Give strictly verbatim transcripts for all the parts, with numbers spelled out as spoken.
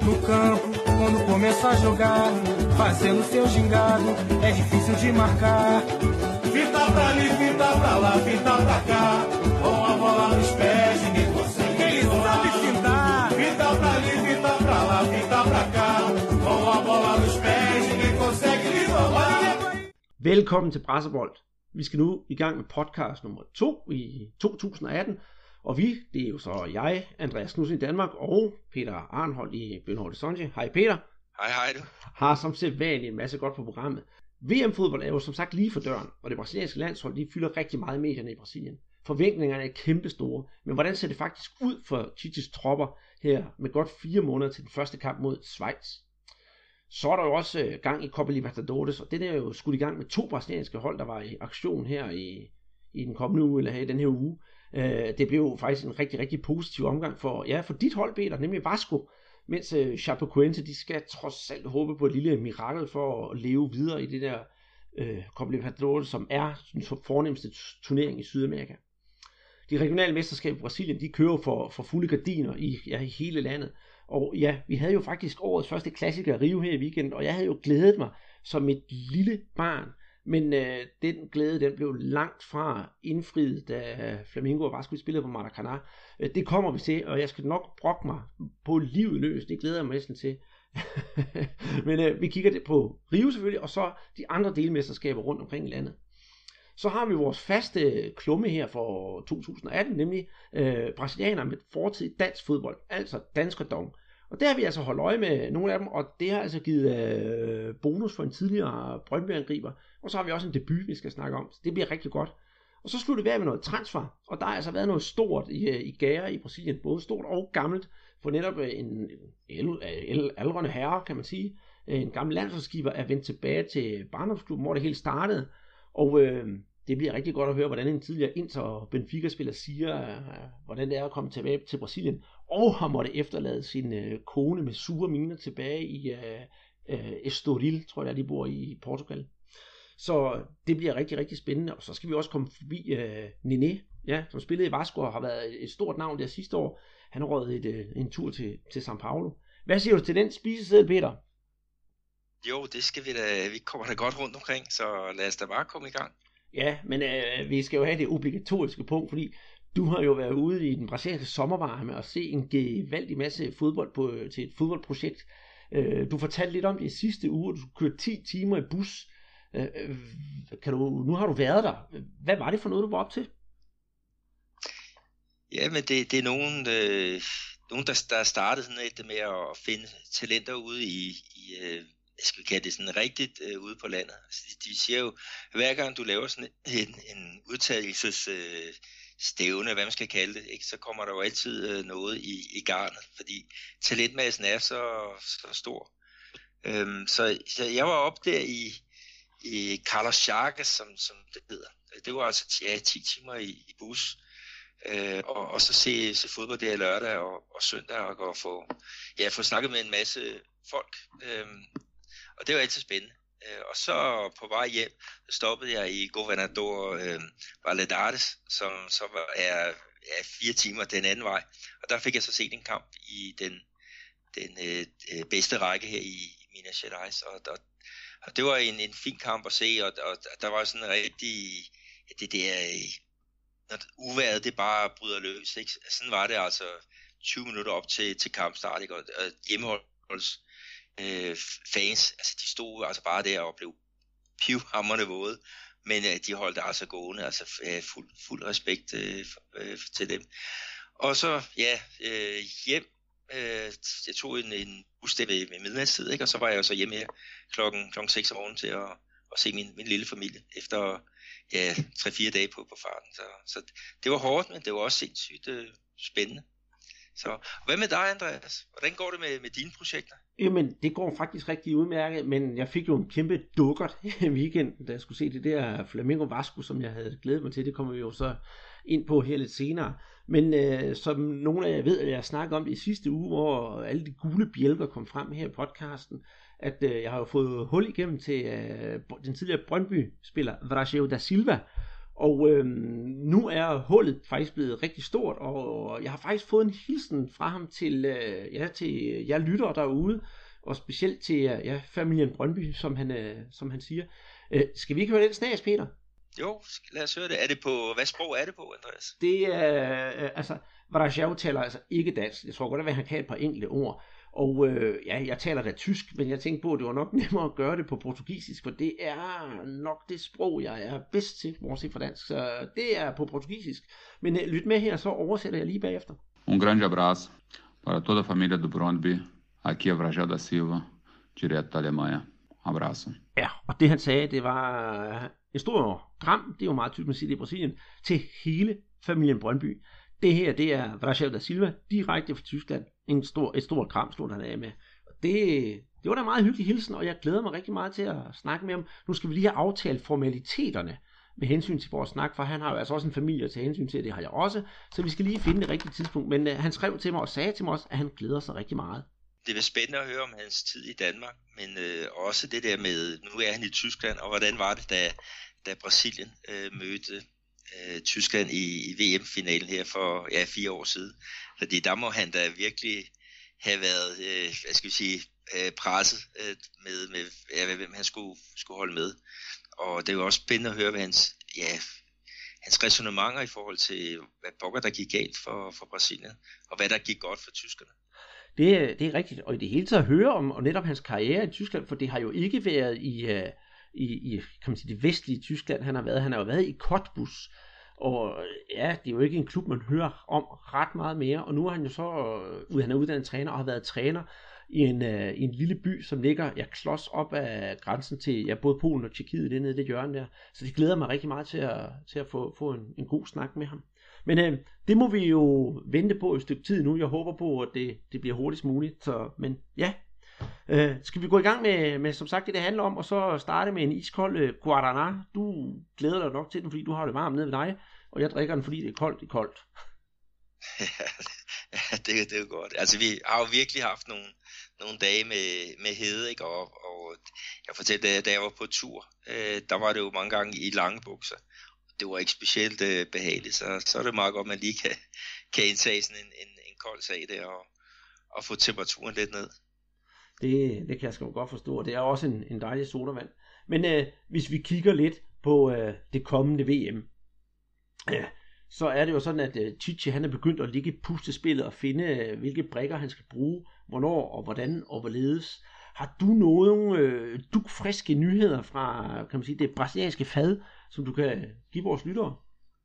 No campo, quando começa a jogar, fazendo seu gingado, é difícil de marcar. Fita pra ali, fita pra lá, fita pra cá, com a bola nos pés, ninguém consegue. Ele sabe fintar. Fita pra ali, fita pra lá, fita pra cá, com a bola nos pés, ninguém consegue lhe roubar. Velkommen til Brassebold. Vi skal nu i gang med podcast nummer to i to tusind atten. Og vi, det er jo så jeg, Andreas Knudsen i Danmark, og Peter Arnhold i Belo Horizonte. Hej Peter. Hej hej du. Har som sædvanligt en masse godt på programmet. V M-fodbold er jo som sagt lige for døren, og det brasilianske landshold, de fylder rigtig meget i medierne i Brasilien. Forventningerne er kæmpe store, men hvordan ser det faktisk ud for Titis tropper her med godt fire måneder til den første kamp mod Schweiz? Så er der jo også gang i Copa Libertadores, og det er jo skudt i gang med to brasilianske hold, der var i aktion her i, i den kommende uge, eller her i den her uge. Det blev jo faktisk en rigtig, rigtig positiv omgang for, ja, for dit hold, Peter, nemlig Vasco, mens Chapecoense, de skal trods alt håbe på et lille mirakel for at leve videre i det der øh, Copa Libertadores, som er den fornemmeste turnering i Sydamerika. De regionale mesterskaber i Brasilien, de kører for, for fulde gardiner i, ja, i hele landet. Og ja, vi havde jo faktisk årets første klassiker Rio her i weekenden, og jeg havde jo glædet mig som et lille barn. Men øh, den glæde, den blev langt fra indfriet, da Flamengo og Vasco spillede på Maracanã. Øh, det kommer vi til, og jeg skal nok brokke mig på livet løs. Det glæder jeg mig næsten til. Men øh, vi kigger det på Rio selvfølgelig, og så de andre delmesterskaber rundt omkring i landet. Så har vi vores faste klumme her for to tusind atten, nemlig øh, brasilianere med fortid dansk fodbold, altså danskerdom. Og der har vi altså holdt øje med nogle af dem, og det har altså givet øh, bonus for en tidligere Brøndby-angriber. Og så har vi også en debut, vi skal snakke om, så det bliver rigtig godt. Og så slutter vi af med noget transfer, og der har altså været noget stort i, i gære i Brasilien, både stort og gammelt, for netop en, en aldrende herre, kan man sige. En gammel landsholdskeeper er vendt tilbage til barndomsklubben, hvor det hele startede. Og øh, det bliver rigtig godt at høre, hvordan en tidligere Inter- og Benfica-spiller siger, øh, hvordan det er at komme tilbage til Brasilien. Og har måtte efterlade sin øh, kone med sure miner tilbage i øh, øh, Estoril, tror jeg, de bor i Portugal. Så det bliver rigtig, rigtig spændende. Og så skal vi også komme forbi øh, Nené, ja, som spillede i Vasco og har været et stort navn der sidste år. Han har røget et, øh, en tur til, til São Paulo. Hvad siger du til den spiseseddel, Peter? Jo, det skal vi da. Vi kommer da godt rundt omkring, så lad os da bare komme i gang. Ja, men øh, vi skal jo have det obligatoriske punkt, fordi du har jo været ude i den brasilianske sommervarme med at se en gevaldig masse fodbold på, til et fodboldprojekt. Øh, du fortalte lidt om det i sidste uge, du kørte ti timer i bus. Øh, kan du, nu har du været der. Hvad var det for noget, du var op til? Ja, men det, det er nogen, øh, nogen der, der startede sådan et med at finde talenter ude i... i øh, skal vi kalde det sådan rigtigt øh, ude på landet. Altså, de, de siger jo, at hver gang du laver sådan en, en udtalelses øh, stævne, hvad man skal kalde det, ikke, så kommer der jo altid øh, noget i, i garnet, fordi talentmassen er så, så stor. Øhm, så, så jeg var op der i, i Carlos Chagas, som, som det hedder. Det var altså ja, ti timer i, i bus. Øh, og, og så se, se fodbold der lørdag og, og søndag og, og få, ja, få snakket med en masse folk. Øhm, Og det var altid spændende. Øh, og så på vej hjem, så stoppede jeg i Governador øh, Valadares, som så var, er, er fire timer den anden vej. Og der fik jeg så set en kamp i den, den øh, bedste række her i Minas Gerais. Og, der, og det var en, en fin kamp at se, og, og der var sådan en rigtig... Det der, når uværet det bare bryder løs, ikke? Sådan var det altså tyve minutter op til, til kampstart, ikke? Og, og hjemmeholds Øh, fans, altså de stod altså bare der og blev pivhamrende våde, men øh, de holdt altså gående, altså øh, fuld, fuld respekt øh, for, øh, til dem. Og så ja, øh, hjem, øh, jeg tog en, en bus der ved, ved midnatstid, ikke? Og så var jeg jo så hjemme her klokken, klokken seks om morgenen til at, at se min, min lille familie, efter ja, tre-fire dage på, på farten. Så, så det var hårdt, men det var også sindssygt øh, spændende. Så hvad med dig, Andreas? Hvordan går det med, med dine projekter? Jamen, det går faktisk rigtig udmærket, men jeg fik jo en kæmpe dukkert i weekenden, da jeg skulle se det der Flamengo Vasco, som jeg havde glædet mig til. Det kommer vi jo så ind på her lidt senere. Men øh, som nogle af jer ved, at jeg snakkede om det i sidste uge, hvor alle de gule bjælker kom frem her i podcasten, at øh, jeg har jo fået hul igennem til øh, den tidligere Brøndby-spiller Brasil da Silva. Og øh, nu er hullet faktisk blevet rigtig stort, og jeg har faktisk fået en hilsen fra ham til, øh, ja, til jer lyttere derude, og specielt til ja, familien Brøndby, som han, øh, som han siger. Øh, skal vi ikke høre den snas, Peter? Jo, lad os høre det. Er det på, hvad sprog er det på, Andreas? Det er, øh, altså, Vrasjov taler altså ikke dansk. Jeg tror godt, at han kan et par enkelte ord. Og øh, ja, jeg taler da tysk, men jeg tænkte på, at det var nok nemmere at gøre det på portugisisk, for det er nok det sprog, jeg er bedst til, bortset fra dansk. Så det er på portugisisk. Men øh, lyt med her, så oversætter jeg lige bagefter. Um grande abraço para toda a família do Brøndby. Aqui er Vrasjov da Silva, direto da Alemanha. Abraço. Ja, og det han sagde, det var en stor kram, det er jo meget typisk, man siger det i Brasilien, til hele familien Brøndby. Det her, det er Vrasjov da Silva, direkte fra Tyskland. En stor, et stort kram, stod han af med. Og det, det var da en meget hyggelig hilsen, og jeg glæder mig rigtig meget til at snakke med ham. Nu skal vi lige have aftalt formaliteterne med hensyn til vores snak, for han har jo altså også en familie at tage hensyn til, det har jeg også. Så vi skal lige finde det rigtige tidspunkt. Men uh, han skrev til mig og sagde til mig også, at han glæder sig rigtig meget. Det var spændende at høre om hans tid i Danmark, men øh, også det der med, nu er han i Tyskland, og hvordan var det, da, da Brasilien øh, mødte øh, Tyskland i, i V M-finalen her for ja, fire år siden. Fordi der må han da virkelig have været, øh, hvad skal vi sige, øh, presset øh, med, med ja, hvem han skulle, skulle holde med. Og det er jo også spændende at høre, hvad hans, ja, hans ræsonnementer i forhold til, hvad pokker der gik galt for, for Brasilien, og hvad der gik godt for tyskerne. Det, det er rigtigt, og i det hele taget at høre om og netop hans karriere i Tyskland, for det har jo ikke været i, uh, i, i kan man sige, det vestlige Tyskland, han har været. Han har jo været i Cottbus, og ja, det er jo ikke en klub, man hører om ret meget mere, og nu er han jo så, uh, han er uddannet træner og har været træner i en, uh, i en lille by, som ligger, ja, klods op af grænsen til ja, både Polen og Tjekkiet, det nede i det hjørne der, så det glæder mig rigtig meget til at, til at få, få en, en god snak med ham. Men øh, det må vi jo vente på et stykke tid nu. Jeg håber på, at det, det bliver hurtigst muligt. Så, men ja, øh, skal vi gå i gang med, med som sagt det, det handler om, og så starte med en iskold øh, Guaraná. Du glæder dig nok til den, fordi du har det varmt nede ved dig, og jeg drikker den, fordi det er koldt. Det er koldt. Ja, det, det er jo godt. Altså, vi har jo virkelig haft nogle, nogle dage med, med hede, ikke? Og, og jeg fortalte, da jeg var på tur, øh, der var det jo mange gange i lange bukser. Det var ikke specielt øh, behageligt, så, så er det meget godt, at man lige kan, kan indtage sådan en, en, en kold sag der, og, og få temperaturen lidt ned. Det, det kan jeg sgu godt forstå, og det er også en, en dejlig sodavand. Men øh, hvis vi kigger lidt på øh, det kommende V M, øh, så er det jo sådan, at øh, Tite, han er begyndt at ligge i pustespillet og finde, øh, hvilke brikker han skal bruge, hvornår og hvordan og hvorledes. Har du nogle øh, dugfriske nyheder fra, kan man sige, det brasilianske fad, som du kan give vores lyttere?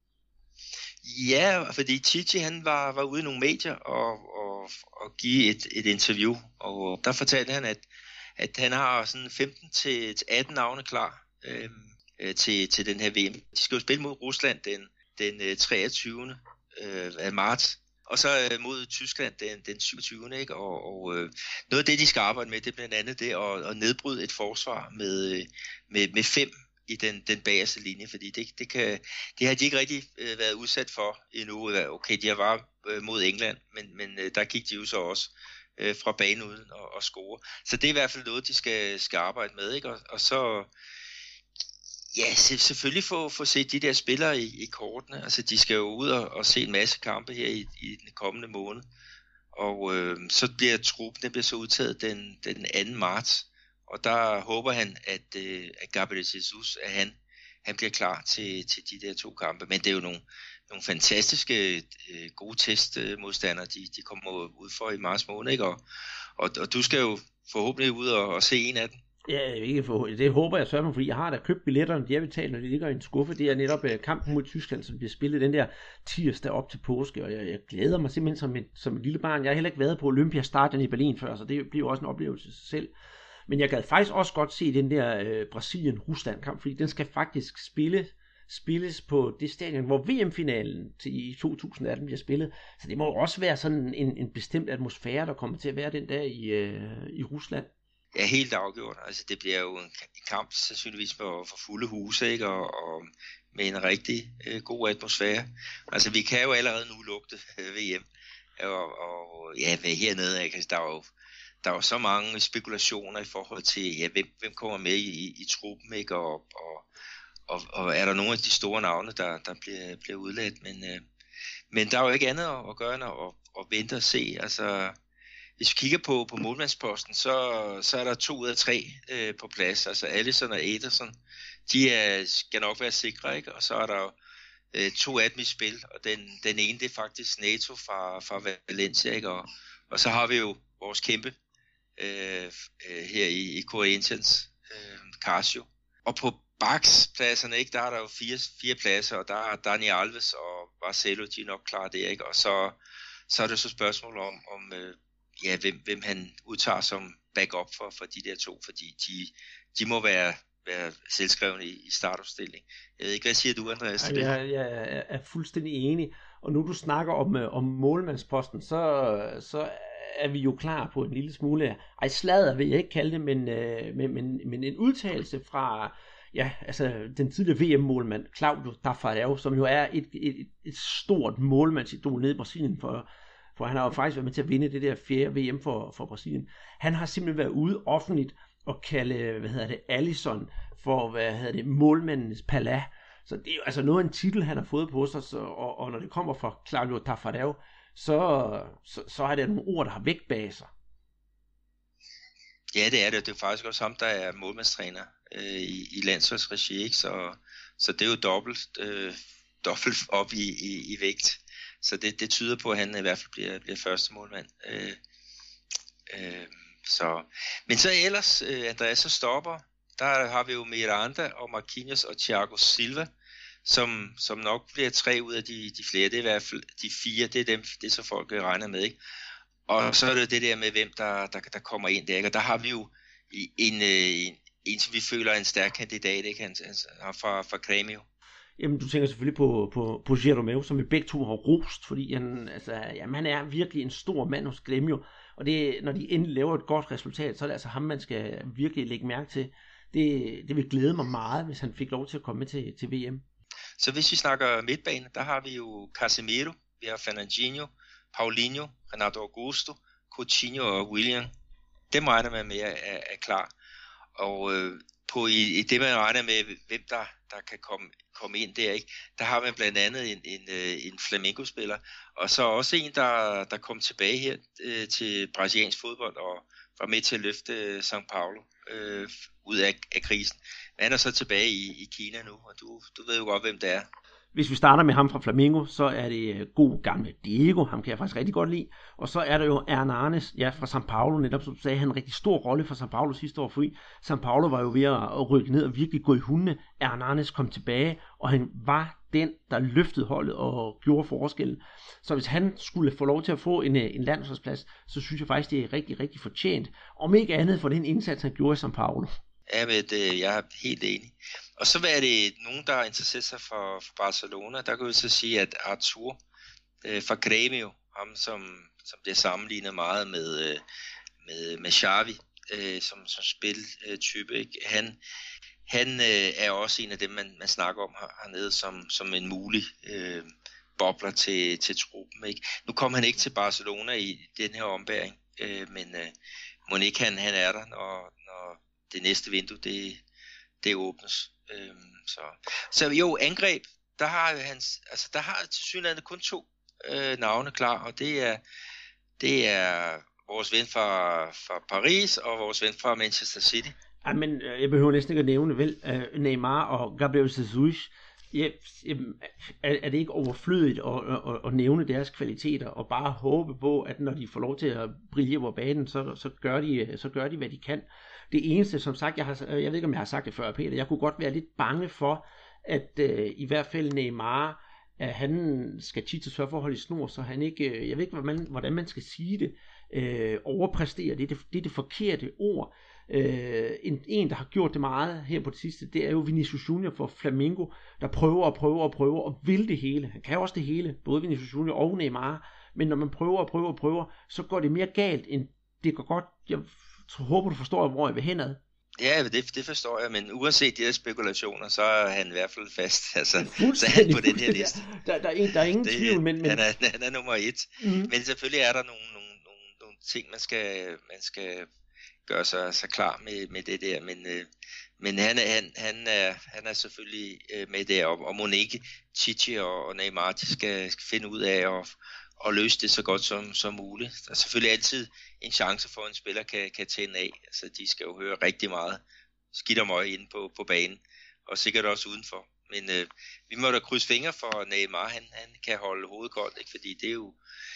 Ja, fordi Tite, han var, var ude i nogle medier og, og, og give et, et interview, og der fortalte han, at, at han har sådan femten til atten navne klar øh, til, til den her V M. De skal jo spille mod Rusland den, den treogtyvende Øh, af marts, og så øh, mod Tyskland den, den syvogtyvende Ikke? Og, og øh, noget af det, de skal arbejde med, det er blandt andet det at, at nedbryde et forsvar med, med, med fem i den, den bagerste linje, fordi det, det, kan, det har de ikke rigtig øh, været udsat for endnu. Okay, de har været øh, mod England, men, men øh, der gik de jo så også øh, fra banen uden at, at score. Så det er i hvert fald noget, de skal, skal arbejde med, ikke? Og, og så ja, selvfølgelig få, få set de der spillere i, i kortene. Altså, de skal jo ud og, og se en masse kampe her i, i den kommende måned. Og øh, så bliver truppen, den bliver så udtaget den, den anden marts. Og der håber han, at, øh, at Gabriel Jesus, at han, han bliver klar til, til de der to kampe. Men det er jo nogle, nogle fantastiske øh, gode testmodstandere, de, de kommer ud for i marts måned. Ikke? Og, og, og du skal jo forhåbentlig ud og, og se en af dem. Ja, ikke for, det håber jeg sørger, fordi jeg har da købt billetterne, de er betalt, når de ligger i en skuffe. Det er netop uh, kampen mod Tyskland, som bliver spillet den der tirsdag op til påske, og jeg, jeg glæder mig simpelthen som et, som et lille barn. Jeg har heller ikke været på Olympiastadion i Berlin før, så det bliver også en oplevelse i sig selv. Men jeg gad faktisk også godt se den der uh, Brasilien-Rusland-kamp, fordi den skal faktisk spille, spilles på det stadion, hvor V M-finalen til i to tusind atten bliver spillet. Så det må også være sådan en, en bestemt atmosfære, der kommer til at være den der i, uh, i Rusland. Ja, helt afgjort. Altså, det bliver jo en kamp sandsynligvis for, for fulde huse, ikke? Og, og med en rigtig øh, god atmosfære. Altså, vi kan jo allerede nu lugte øh, V M. Og, og ja, hernede, ikke? Altså, der er jo der er jo så mange spekulationer i forhold til, ja, hvem, hvem kommer med i, i, i truppen, ikke? Og, og, og, og er der nogle af de store navne, der, der bliver, bliver udladt, men, øh, men der er jo ikke andet at, at gøre end at, at, at vente og se. Altså, hvis vi kigger på, på målmandsposten, så, så er der to ud af tre øh, på plads. Altså Alisson og Ederson, de er, skal nok være sikre, ikke? Og så er der jo øh, to af dem i spil, og den, den ene, det er faktisk Neto fra, fra Valencia, ikke? Og, og så har vi jo vores kæmpe øh, øh, her i, i Corinthians, øh, Casio. Og på bakspladserne, ikke, der er der jo fire, fire pladser, og der er Dani Alves og Marcelo, de er nok klar der, ikke? Og så, så er det så spørgsmål om, om øh, ja, hvem, hvem han udtager som backup for, for de der to, fordi de, de må være, være selvskrevne i, i startopstilling. Jeg ved ikke, hvad siger du, Andreas, til det? Jeg, jeg er fuldstændig enig, og nu du snakker om, om målmandsposten, så, så er vi jo klar på en lille smule, ej sladder vil jeg ikke kalde det, men, men, men, men en udtalelse fra, ja, altså den tidligere V M-målmand, Claudio Taffarel, som jo er et, et, et stort målmandsidol nede i Brasilien, for, for han har jo faktisk været med til at vinde det der fjerde V M for, for Brasilien. Han har simpelthen været ude offentligt og kalde, hvad hedder det, Alisson for, hvad hedder det, målmandens Pala. Så det er jo altså noget af en titel, han har fået på sig, så, og, og når det kommer fra Claudio Taffarel, så, så, så er det nogle ord, der har vægt bag sig. Ja, det er det. Det er faktisk også ham, der er målmandstræner øh, i, i landsholdsregi, ikke? Så, så det er jo dobbelt, øh, dobbelt op i, i, i vægt. Så det, det tyder på, at han i hvert fald bliver, bliver første målmand. Øh, øh, så. Men så ellers, øh, Andreas, så stopper, der har vi jo Miranda og Marquinhos og Thiago Silva, som, som nok bliver tre ud af de, de flere. Det er i hvert fald de fire, det er dem, det er så folk regner med, ikke? Og så er det det der med, hvem der, der, der kommer ind der, ikke? Og der har vi jo en, en, en som vi føler er en stærk kandidat, ikke? Han, han fra, fra Grêmio. Jamen, du tænker selvfølgelig på, på, på Jeromel, som vi begge to har rost, fordi han, altså, jamen, han er virkelig en stor mand hos Grêmio, og det, når de endelig laver et godt resultat, så er det altså ham, man skal virkelig lægge mærke til. Det, det vil glæde mig meget, hvis han fik lov til at komme med til, til V M. Så hvis vi snakker midtbane, der har vi jo Casemiro, vi har Fernandinho, Paulinho, Renato Augusto, Coutinho og William. Dem regner man med er, er klar. Og øh, på i, i det man regner med, hvem der, der kan komme, komme ind der, ikke? Der har man blandt andet en, en, en Flamengo-spiller, og så også en, der, der kom tilbage her øh, til brasiliansk fodbold og var med til at løfte øh, São Paulo øh, ud af, af krisen. Men han er så tilbage i, i Kina nu, og du, du ved jo godt, hvem det er. Hvis vi starter med ham fra Flamengo, så er det god gamle Diego, ham kan jeg faktisk rigtig godt lide. Og så er der jo Hernanes, ja, fra São Paulo, netop som du sagde, han en rigtig stor rolle for São Paulo sidste år, fordi São Paulo var jo ved at rykke ned og virkelig gå i hundene. Hernanes kom tilbage, og han var den, der løftede holdet og gjorde forskellen. Så hvis han skulle få lov til at få en, en landsholdsplads, så synes jeg faktisk, det er rigtig, rigtig fortjent. Om ikke andet for den indsats, han gjorde i São Paulo. Ja, men det, jeg er helt enig. Og så er det nogen, der interesserer sig for, for Barcelona. Der kan vi så sige, at Arthur øh, fra Grêmio, ham som, som bliver sammenlignet meget med, øh, med, med Xavi, øh, som, som spiltype, ikke? Han, han øh, er også en af dem, man, man snakker om her, hernede, som, som en mulig øh, bobler til, til truppen, ikke? Nu kom han ikke til Barcelona i den her ombæring, øh, men øh, må ikke han, han er der, når, når det næste vindue, det, det åbnes. Øhm, så. så jo, angreb, der har han, altså der har tilsyneladende kun to øh, navne klar, og det er, det er vores ven fra, fra Paris og vores ven fra Manchester City. Ja, men jeg behøver næsten ikke at nævne, vel, uh, Neymar og Gabriel Jesus. Ja, er, er det ikke overflødigt at, at, at nævne deres kvaliteter og bare håbe på, at når de får lov til at brillere på banen, så, så, gør de, så gør de, hvad de kan. Det eneste, som sagt, jeg, har, jeg ved ikke, om jeg har sagt det før, Peter, jeg kunne godt være lidt bange for, at uh, i hvert fald Neymar, at han skal tit til sørforhold i snor, så han ikke, jeg ved ikke, hvordan man, hvordan man skal sige det, uh, overpræstere. Det er det, det er det forkerte ord. Uh, en, en, der har gjort det meget her på det sidste, det er jo Vinicius Junior for Flamengo, der prøver og prøver og prøver og vil det hele. Han kan også det hele, både Vinicius Junior og Neymar, men når man prøver og prøver og prøver, så går det mere galt, end det går godt. Jeg håber, du forstår, hvor jeg vil henad. Ja, det, det forstår jeg, men uanset de her spekulationer, så er han i hvert fald fast. Altså, så er han på den her liste. Der, der, er, der er ingen det, tvivl, men... men... Han, er, han er nummer et. Mm-hmm. Men selvfølgelig er der nogle, nogle, nogle, nogle ting, man skal, man skal gøre sig, sig klar med, med det der, men, øh, men han, han, han, er, han er selvfølgelig øh, med der, og, og Monique, Chichi og, og Neymar, de skal, skal finde ud af at, at løse det så godt som, som muligt. Der er selvfølgelig altid en chance for, at en spiller kan, kan tænde af, altså de skal jo høre rigtig meget skidt og møg inde på, på banen, og sikkert også udenfor. Men øh, vi må da krydse fingre for Neymar, han, han kan holde hovedet koldt, ikke? Fordi det er jo,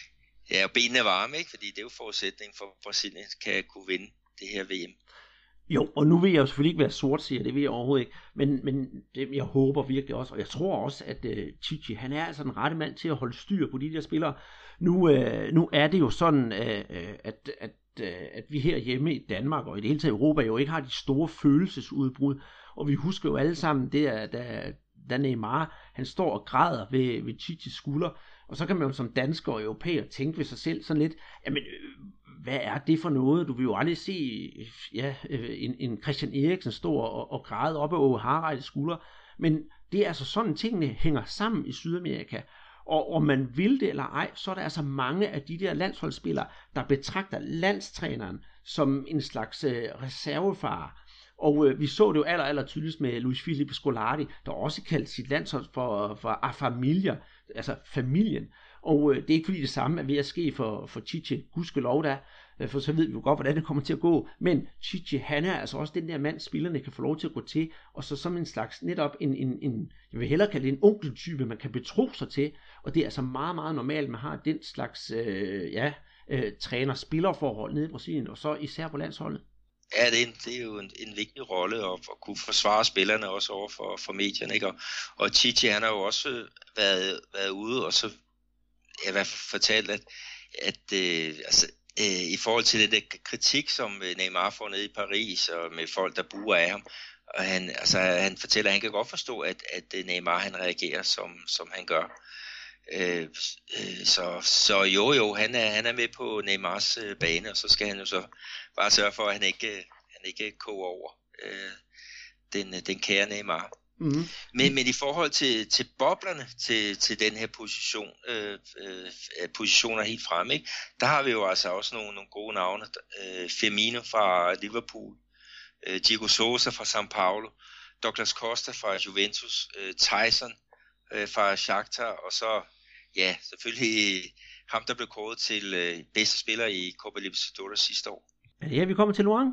ja, benene er varme, ikke? Fordi det er jo forudsætning for, at Brasilien kan kunne vinde det her V M. Jo, og nu vil jeg jo selvfølgelig ikke være sortseer, det vil jeg overhovedet ikke, men, men det, jeg håber virkelig også, og jeg tror også, at uh, Chichi, han er altså den rette mand til at holde styr på de der spillere. Nu, uh, nu er det jo sådan, uh, at, at, uh, at vi her hjemme i Danmark, og i det hele taget Europa, jo ikke har de store følelsesudbrud, og vi husker jo alle sammen det, at da, da Neymar, han står og græder ved, ved Chichis skulder, og så kan man jo som dansker og europæer tænke ved sig selv sådan lidt, jamen, hvad er det for noget? Du vil jo aldrig se ja, en, en Christian Eriksen stå og, og græde op ad Åge Harreides skuldre, men det er altså sådan, tingene hænger sammen i Sydamerika, og om man vil det eller ej, så er der altså mange af de der landsholdsspillere, der betragter landstræneren som en slags øh, reservefar. Og øh, vi så det jo aller, aller tydeligst med Luis Felipe Scolari, der også kaldte sit landshold for, for A Familia, altså familien. Og øh, det er ikke fordi det samme er ved at ske for, for Chichi, gudskelov da, for så ved vi jo godt, hvordan det kommer til at gå. Men Chichi, han er altså også den der mand, spillerne kan få lov til at gå til, og så som en slags netop en, en, en jeg vil hellere kalde det en onkeltype, man kan betro sig til. Og det er altså meget, meget normalt, man har den slags øh, ja, øh, træner-spillerforhold nede i Brasilien, og så især på landsholdet. Ja, det er, en, det er jo en, en vigtig rolle at, at kunne forsvare spillerne også over for, for medierne, ikke? Og, og Chichi, han har jo også været, været ude og så jeg har i hvert fald fortalt, at, at øh, altså, øh, i forhold til den der kritik, som Neymar får nede i Paris, og med folk, der buer af ham, og han, altså, han fortæller, at han kan godt forstå, at, at Neymar han reagerer, som, som han gør. Øh, øh, så, så jo jo, han er, han er med på Neymars øh, bane, og så skal han jo så bare sørge for, at han ikke, han ikke koger over øh, den, den kære Neymar. Mm-hmm. Men, men i forhold til, til boblerne, til, til den her position, øh, øh, positioner helt fremme, ikke? Der har vi jo altså også nogle, nogle gode navne. Øh, Firmino fra Liverpool, øh, Diego Sousa fra São Paulo, Douglas Costa fra Juventus, øh, Tyson øh, fra Shakhtar, og så ja, selvfølgelig ham, der blev kåret til øh, bedste spiller i Copa Libertadores sidste år. Ja, vi kommer til Luang.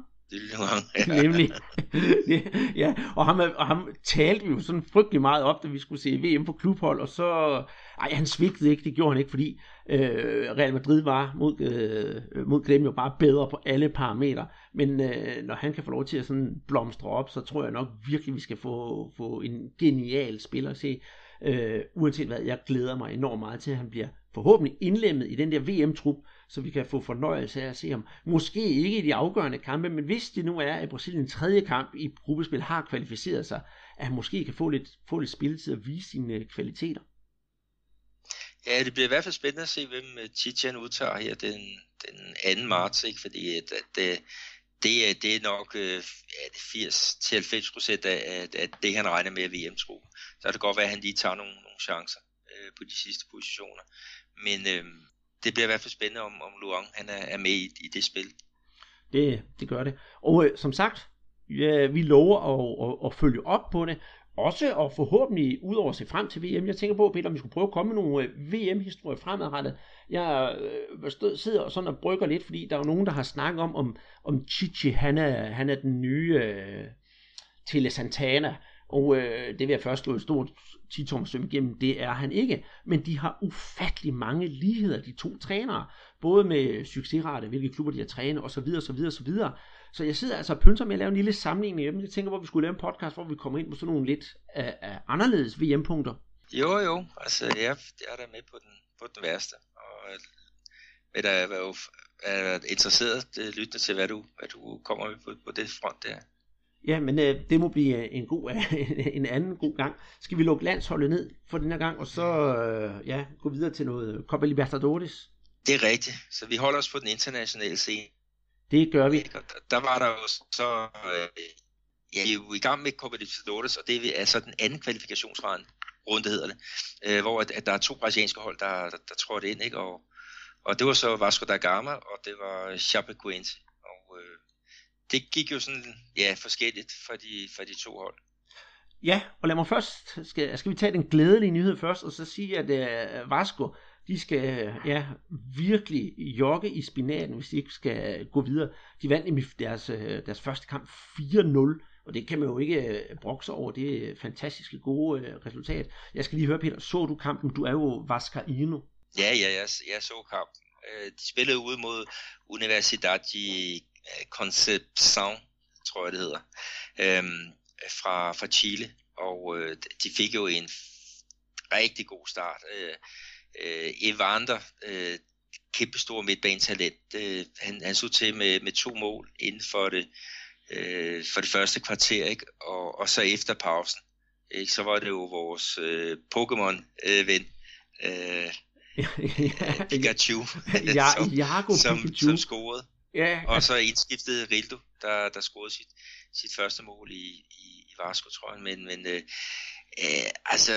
Ja. Nemlig. Ja, og ham, og ham talte vi jo sådan frygtelig meget op, da vi skulle se V M på klubhold, og så, ej, han svigtede ikke, det gjorde han ikke, fordi øh, Real Madrid var mod, øh, mod Grêmio jo bare bedre på alle parametre, men øh, når han kan få lov til at sådan blomstre op, så tror jeg nok virkelig, vi skal få, få en genial spiller at se, øh, uanset hvad, jeg glæder mig enormt meget til, at han bliver forhåbentlig indlemmet i den der V M-trup, så vi kan få fornøjelse af at se ham. Måske ikke i de afgørende kampe, men hvis det nu er, at Brasiliens tredje kamp i gruppespil har kvalificeret sig, at han måske kan få lidt, få lidt spilletid og vise sine kvaliteter. Ja, det bliver i hvert fald spændende at se, hvem Chichi udtager her den, den anden marts, ikke? Fordi at, at det, det, er, det er nok ja, firs til halvfems procent af, af det, han regner med at V M-trup. Så er det godt være, at han lige tager nogle, nogle chancer øh, på de sidste positioner. Men øh, det bliver i hvert fald spændende, om, om Luang han er, er med i, i det spil. Det, det gør det. Og øh, som sagt, ja, vi lover at, at, at følge op på det. Også og forhåbentlig udover at se frem til V M. Jeg tænker på, Peter, om vi skulle prøve at komme med nogle V M-historier fremadrettet. Jeg øh, sidder sådan og brygger lidt, fordi der er jo nogen, der har snakket om, om, om Chichi, han er, han er den nye øh, Tele Santana. Og øh, det vil jeg først gå et stort ti-tommersøm igennem, det er han ikke. Men de har ufattelig mange ligheder, de to trænere. Både med succesrate, hvilke klubber de har trænet, osv. osv. osv. Så jeg sidder altså og pynser med at lave en lille sammenligning hjemme. Jeg tænker, hvor vi skulle lave en podcast, hvor vi kommer ind på sådan nogle lidt af, af anderledes V M-punkter. Jo, jo. Altså, jeg, jeg er der med på den, på den værste. Og med der er jo er interesseret lyttende til, hvad du, hvad du kommer med på, på det front der. Ja, men øh, det må blive en god en anden god gang. Skal vi lukke landsholdet ned for den her gang, og så øh, ja, gå videre til noget Copa Libertadores? Det er rigtigt. Så vi holder os på den internationale scene. Det gør vi. Der, der var der jo så øh, ja, vi er jo i gang med Copa Libertadores, og det er så den anden kvalifikationsrunde, hedder det, øh, hvor at, at der er to brasilianske hold, der, der, der trådte ind, ikke? Og, og det var så Vasco da Gama, og det var Chapecoense. Og øh, det gik jo sådan, ja, forskelligt for de, for de to hold. Ja, og lad mig først, skal, skal vi tage den glædelige nyhed først, og så sige, at uh, Vasco, de skal ja, virkelig jogge i spinaten, hvis de ikke skal gå videre. De vandt nemlig deres, deres første kamp fire nul, og det kan man jo ikke brokse over, det er fantastiske gode uh, resultat. Jeg skal lige høre, Peter, så du kampen? Du er jo Vascaíno. Ja, ja, jeg, jeg så kampen. De spillede ude mod Universidad de Concepción, tror jeg det hedder, øhm, fra, fra Chile, og øh, de fik jo en rigtig god start. Øh, øh, Evander, øh, kæmpe stor midtbanetalent, øh, han, han så til med, med to mål inden for det, øh, for det første kvarter, ikke? Og, og så efter pausen, ikke? Så var det jo vores øh, Pokémon-ven, øh, øh, ja, Pikachu, ja, som, Jago som, Pikachu. som scorede. Ja, og så indskiftede Rildo, der, der scorede sit, sit første mål i, i, i Vasco, tror jeg. Men, men øh, øh, altså,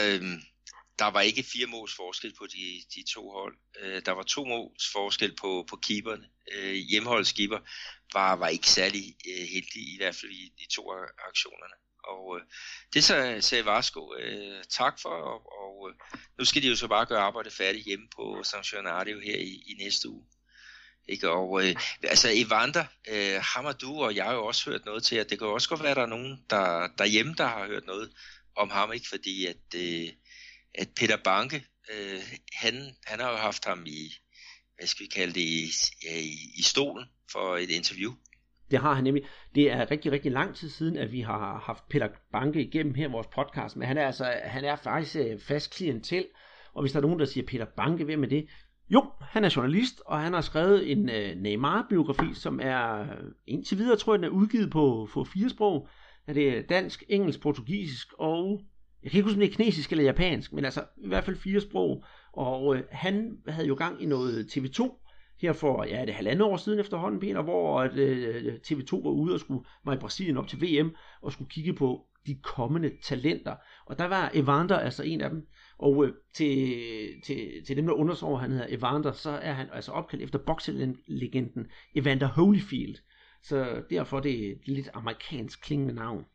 der var ikke fire måls forskel på de, de to hold. Øh, der var to måls forskel på, på keeperne. Øh, hjemmeholdskeeper var, var ikke særlig øh, heldig, i hvert fald i de to aktionerne. Og øh, det så, sagde Vasco øh, tak for, og, og øh, nu skal de jo så bare gøre arbejdet færdigt hjemme på San Gennaro her i, i næste uge. Ikke? Og øh, altså Evander, øh, ham og du og jeg har jo også hørt noget til, at det kan også godt være, at der er nogen der, derhjemme, der har hørt noget om ham, ikke? Fordi at, øh, at Peter Banke, øh, han, han har jo haft ham i, hvad skal vi kalde det, i, ja, i, i stolen for et interview. Det har han nemlig. Det er rigtig, rigtig lang tid siden, at vi har haft Peter Banke igennem her i vores podcast, men han er, altså, han er faktisk fast klientel, og hvis der er nogen, der siger Peter Banke, hvem er det? Jo, han er journalist, og han har skrevet en uh, Neymar-biografi, som er indtil videre, tror jeg, den er udgivet på, på fire sprog. Det er dansk, engelsk, portugisisk og, jeg kan ikke huske, om det er kinesisk eller japansk, men altså i hvert fald fire sprog. Og uh, han havde jo gang i noget T V to, her for, ja, det er halvandet år siden efterhånden, Peter, hvor at, uh, T V to var ude og skulle, var i Brasilien op til V M, og skulle kigge på de kommende talenter. Og der var Evander altså en af dem. Og øh, til, til, til dem, der undersøger, han hedder Evander, så er han altså opkaldt efter bokselegenden Evander Holyfield. Så derfor er det et lidt amerikansk klingende navn.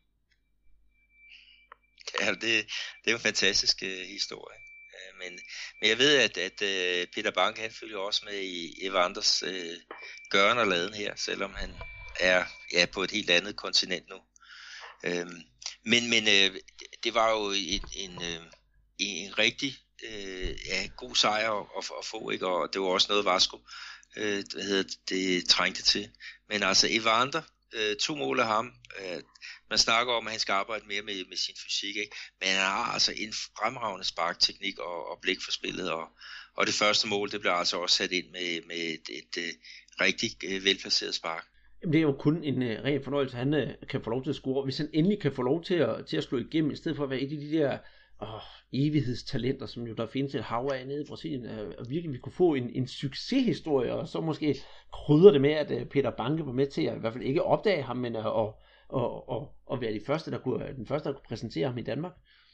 Ja, det, det er jo en fantastisk uh, historie. Uh, men, men jeg ved, at, at uh, Peter Banke, han følger også med i Evanders uh, gøren og laden her, selvom han er ja, på et helt andet kontinent nu. Uh, men men uh, det var jo et, en... Uh, en rigtig øh, ja, god sejr at, at få, ikke? Og det var også noget Vasco øh, hvad hedder det, det trængte til. Men altså Evander, øh, to mål af ham, øh, man snakker om, at han skal arbejde mere med, med sin fysik, ikke? Men han har altså en fremragende sparkteknik og, og blik for spillet, og, og det første mål, det bliver altså også sat ind med, med et, et, et rigtig øh, velplaceret spark. Jamen, det er jo kun en uh, ren fornøjelse, han uh, kan få lov til at score, hvis han endelig kan få lov til at, til at slå igennem, i stedet for at være et af de der åh, evighedstalenter, som jo der findes et hav af nede i Brasilien, og virkelig vi kunne få en, en succeshistorie, og så måske krydre det med, at Peter Banke var med til at i hvert fald ikke opdage ham, men at og, og, og, og være de første, der kunne, den første, der kunne præsentere ham i Danmark.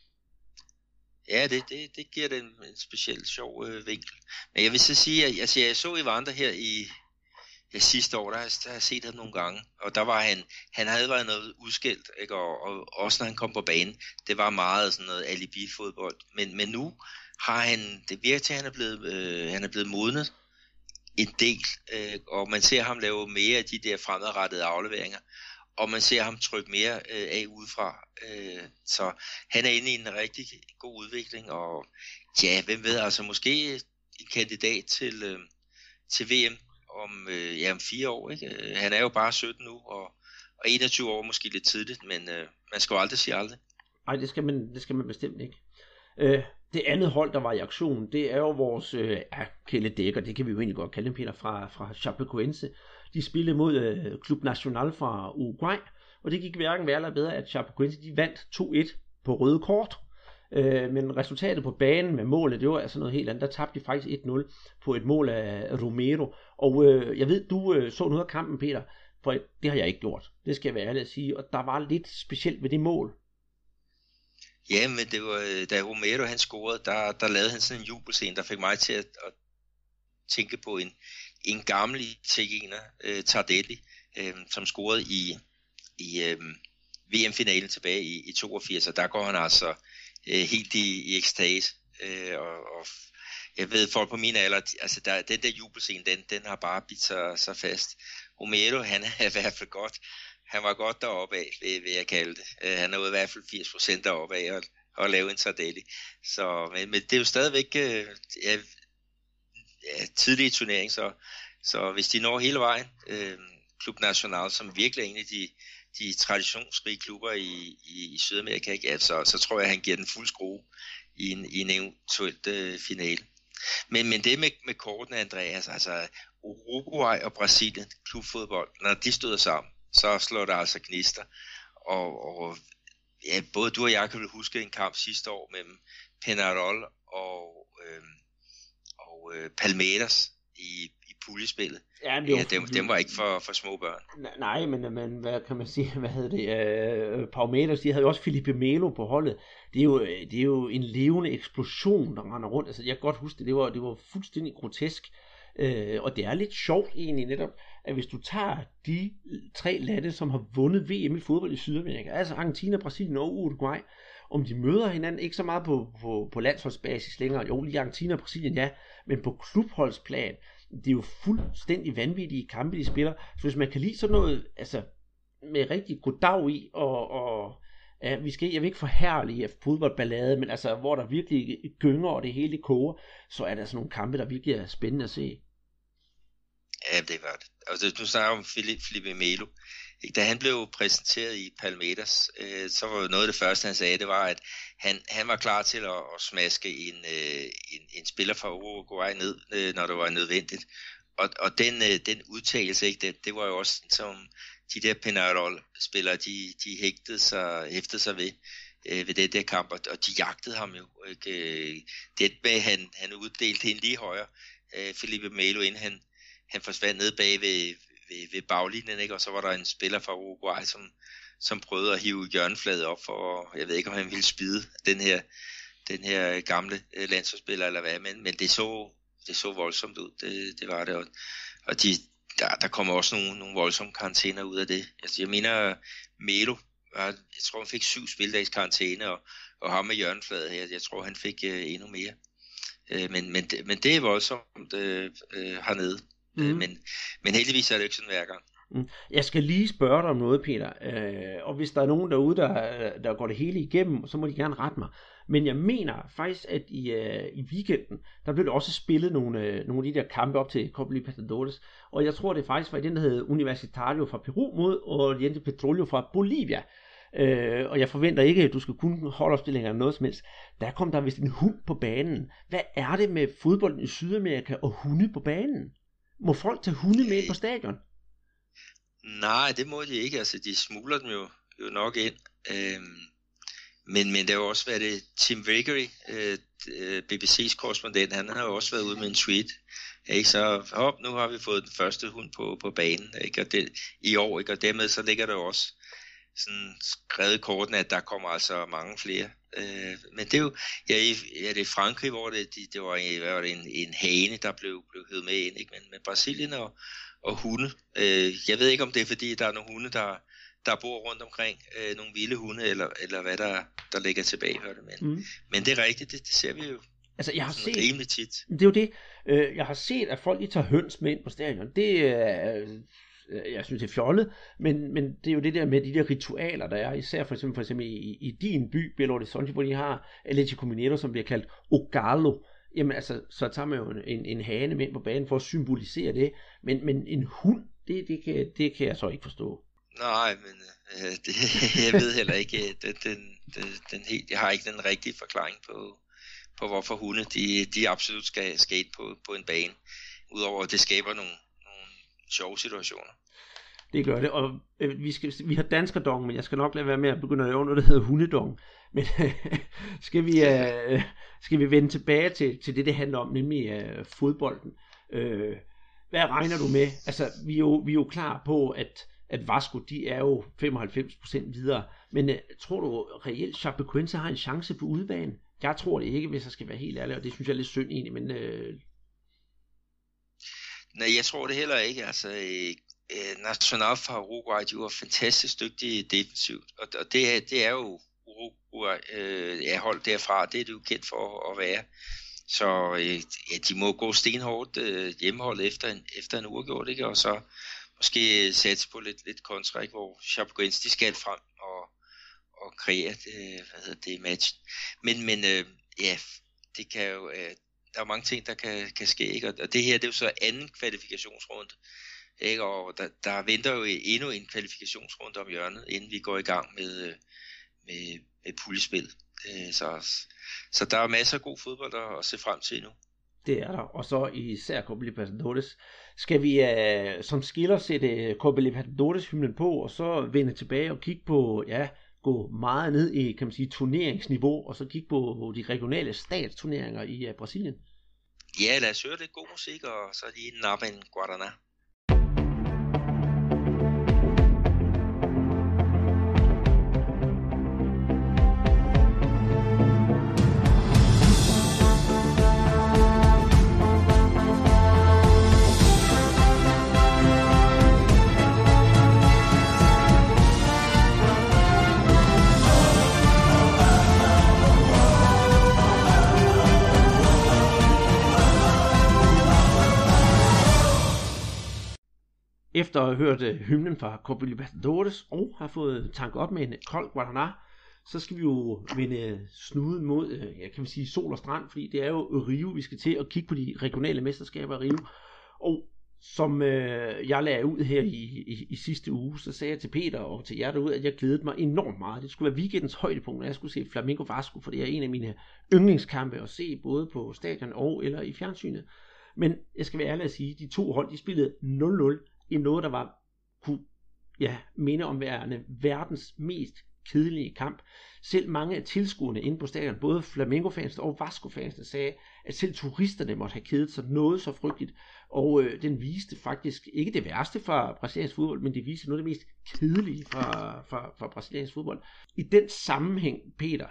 Ja, det, det, det giver det en, en speciel sjov øh, vinkel. Men jeg vil så sige, at altså, jeg så Evander her i ja, sidste år, der, der har jeg set ham nogle gange, og der var han, han havde været noget udskilt, ikke? Og, og også når han kom på banen, det var meget sådan noget alibi-fodbold, men, men nu har han, det virker til, at han er blevet, øh, han er blevet modnet en del, øh, og man ser ham lave mere af de der fremadrettede afleveringer, og man ser ham trykke mere øh, af udefra, øh, så han er inde i en rigtig god udvikling, og ja, hvem ved, altså måske en kandidat til, øh, til V M, om, øh, ja, om fire år, ikke? Han er jo bare sytten nu, og, og enogtyve år måske lidt tidligt, men øh, man skal jo aldrig sige aldrig. Nej, det skal man, det skal man bestemt ikke. Øh, det andet hold, der var i aktion, det er jo vores øh, ja, kæledækker, det kan vi jo egentlig godt kalde dem, Peter, fra, fra Chapecoense. De spillede mod øh, Club Nacional fra Uruguay, og det gik hverken værre eller bedre, at Chapecoense de vandt to et på røde kort. Øh, men resultatet på banen med målet, det var altså noget helt andet. Der tabte de faktisk et nul på et mål af Romero. Og øh, jeg ved, du øh, så noget af kampen, Peter, for det har jeg ikke gjort. Det skal jeg være ærlig at sige. Og der var lidt specielt ved det mål. Ja, men det var, da Romero han scorede, der, der lavede han sådan en jubelscene, der fik mig til at, at tænke på en, en gammel italiener, uh, Tardelli. øh, som scorede i, i øh, V M-finalen tilbage i, i toogfirs, og der går han altså øh, helt i, i ekstase. Øh, og, og jeg ved, folk på min alder, altså der, den der jubelscene, den, den har bare bidt sig, sig fast. Romero, han er i hvert fald godt. Han var godt deroppe af, vil, vil jeg kalde det. Uh, han nåede i hvert fald firs procent deroppe af at, at lave en Tardelli. Så, men, men det er jo stadigvæk uh, ja, ja, tidlig turnering, så, så hvis de når hele vejen, uh, Club Nacional, som virkelig er en af de, de traditionsrige klubber i, i, i Sydamerika, ikke? Ja, så, så tror jeg, at han giver den fuld skrue i en, i en eventuelt uh, finale. Men, men det med, med kortene, Andreas, altså Uruguay og Brasilien, klubfodbold, når de støder sammen, så slår der altså gnister. Og, og ja, både du og jeg kan vel huske en kamp sidste år mellem Peñarol og, øh, og øh, Palmeiras i, i puljespillet. Ja, ja, dem, dem var ikke for, for små børn. Nej, men, men hvad kan man sige, hvad hedder det, øh, Palmeiras, de havde jo også Felipe Melo på holdet. Det er jo, det er jo en levende eksplosion, der render rundt. Altså, jeg kan godt huske det, det var, det var fuldstændig grotesk. Øh, og det er lidt sjovt egentlig netop, at hvis du tager de tre lande, som har vundet V M i fodbold i Sydamerika, altså Argentina, Brasilien og Uruguay, om de møder hinanden, ikke så meget på, på, på landsholdsbasis længere, jo lige Argentina og Brasilien, ja, men på klubholdsplan, det er jo fuldstændig vanvittige kampe, de spiller. Så hvis man kan lide sådan noget, altså med rigtig goddag i, og, og ja, vi skal, jeg vil ikke forherlige fodboldballade, men altså, hvor der virkelig gynger, og det hele koger, så er der sådan nogle kampe, der virkelig er spændende at se. Ja, det var det. Altså, du snakker om Felipe Melo. Da han blev præsenteret i Palmeiras, øh, så var noget af det første, han sagde, det var, at han, han var klar til at, at smaske en, øh, en, en spiller fra Uruguay ned, øh, når det var nødvendigt. Og, og den, øh, den udtalelse, ikke, det, det var jo også som de der Peñarol-spillere, de, de hægtede sig, hæftede sig ved, øh, ved det der kamp, og de jagtede ham jo. Ikke? Det med, han, han uddelte hende lige højre, øh, Felipe Melo, inden han Han forsvandt ned bag ved, ved, ved baglinjen, ikke? Og så var der en spiller fra Uruguay, som, som prøvede at hive hjørnefladet op for, jeg ved ikke, om han ville spide den her, den her gamle landsholdsspiller eller hvad, men, men det, så, det så voldsomt ud, det, det var det. Og, og de, der, der kommer også nogle, nogle voldsomme karantæner ud af det. Altså, jeg mener, Melo, jeg tror, han fik syv spildags karantæne, og, og ham med hjørnefladet her, jeg tror, han fik uh, endnu mere. Uh, men, men, men det er voldsomt uh, uh, hernede. Mm. Men, men heldigvis er det ikke sådan hver gang. Mm. Jeg skal lige spørge dig om noget, Peter. Øh, og hvis der er nogen derude, der, der går det hele igennem, så må de gerne rette mig. Men jeg mener faktisk, at i, uh, i weekenden, der blev der også spillet nogle, uh, nogle af de der kampe op til Copa Libertadores. Og jeg tror, det faktisk var den, der hed Universitario fra Peru mod Oriente Petroleo fra Bolivia. Uh, og jeg forventer ikke, at du skal kunne holde opstillinger eller noget som helst. Der kom der vist en hund på banen. Hvad er det med fodbolden i Sydamerika og hunde på banen? Må folk tage hunde med ind på stadion? Nej, det må de ikke. Altså, de smugler dem jo, jo nok ind. Øhm, men, men der har jo også været det Tim Gregory, øh, B B C's korrespondent, han har jo også været ude med en tweet. Ikke? Så hop, nu har vi fået den første hund på, på banen, ikke? Og det, i år, ikke? Og dermed så ligger der jo også sådan skrevet i kortene, at der kommer altså mange flere. Øh, men det er jo, ja, i, ja, det er Frankrig, hvor det, det, det var, hvad var det, en, en hane, der blev, blev hævet med ind, ikke? Men med Brasilien og, og hunde. Øh, jeg ved ikke, om det er fordi, der er nogle hunde, der, der bor rundt omkring, øh, nogle vilde hunde, eller, eller hvad der, der ligger tilbage, hørte. Men, mm. men det er rigtigt, det, det ser vi jo. Altså, jeg har set, rimelig tit. Det er jo det. Øh, jeg har set, at folk lige tager høns med ind på stadion. Det er... Øh, jeg synes det er fjollet, men, men det er jo det der med de der ritualer, der er, især for eksempel, for eksempel i, i din by, Belo Horizonte, hvor de har Atlético Mineiro, som bliver kaldt O Galo. Jamen altså, så tager man jo en, en hane med på banen for at symbolisere det, men, men en hund, det, det, kan, det kan jeg så ikke forstå. Nej, men øh, det, jeg ved heller ikke, den, den, den, den helt, jeg har ikke den rigtige forklaring på, på hvorfor hunde, de, de absolut skal, skal ind på, på en bane, udover at det skaber nogle sjove situationer. Det gør det, og øh, vi, skal, vi har danskerdong, men jeg skal nok lade være med at begynde at lave noget, der hedder hundedong. Men øh, skal, vi, øh, skal vi vende tilbage til, til det, det handler om, nemlig øh, fodbolden. Øh, hvad regner du med? Altså, vi er jo, vi er jo klar på, at, at Vasco, de er jo femoghalvfems procent videre, men øh, tror du reelt, Chapecoense har en chance på udebane? Jeg tror det ikke, hvis jeg skal være helt ærlig, og det synes jeg er lidt synd egentlig, men... Øh, Nej, jeg tror det heller ikke. Altså, øh, Nacional fra Uruguay, de var fantastisk dygtige defensivt, og, og det, det er jo Uruguay, øh, ja, hold derfra, det er det jo kendt for at være. Så øh, ja, de må gå stenhårdt øh, hjemmehold efter en, efter en uafgjort, ikke? Og så måske sætte på lidt, lidt kontra, ikke? Hvor Chapecoense, de skal frem og, og kreere det, hvad hedder det, matchen. Men, men øh, ja, det kan jo, øh, der er mange ting, der kan, kan ske, ikke? Og det her, det er jo så anden kvalifikationsrunde, ikke? Og der, der venter jo endnu en kvalifikationsrunde om hjørnet, inden vi går i gang med, med, med puljespil. Så, så der er masser af god fodbold at, at se frem til nu. Det er der, og så især Copa Libertadores. Skal vi uh, som skiller sætte Copa Libertadores hymnen på, og så vende tilbage og kigge på, ja, gå meget ned i, kan man sige, turneringsniveau, og så kigge på de regionale statsturneringer i uh, Brasilien? Ja, lad os høre lidt god musik, og så lige nappe en Guaraná. Efter at have hørt hymnen fra Copa Libertadores og har fået tanket op med en kold Guaraná, så skal vi jo vende snuden mod, ja, kan man sige, sol og strand, fordi det er jo Rio, vi skal til at kigge på de regionale mesterskaber i Rio. Og som øh, jeg lagde ud her i, i, i sidste uge, så sagde jeg til Peter og til jer derude, at jeg glædede mig enormt meget. Det skulle være weekendens højdepunkt, når jeg skulle se Flamengo Vasco, for det er en af mine yndlingskampe at se, både på stadion og eller i fjernsynet. Men jeg skal være ærlig at sige, at de to hold, de spillede nul nul i noget, der var, kunne ja, minde om værende verdens mest kedelige kamp. Selv mange af tilskuerne inde på stadion, både Flamengo-fans og Vasco-fans, sagde, at selv turisterne måtte have kedet sig noget så frygteligt. Og øh, den viste faktisk ikke det værste fra brasiliansk fodbold, men det viste noget af det mest kedelige fra, fra, fra brasiliansk fodbold. I den sammenhæng, Peter,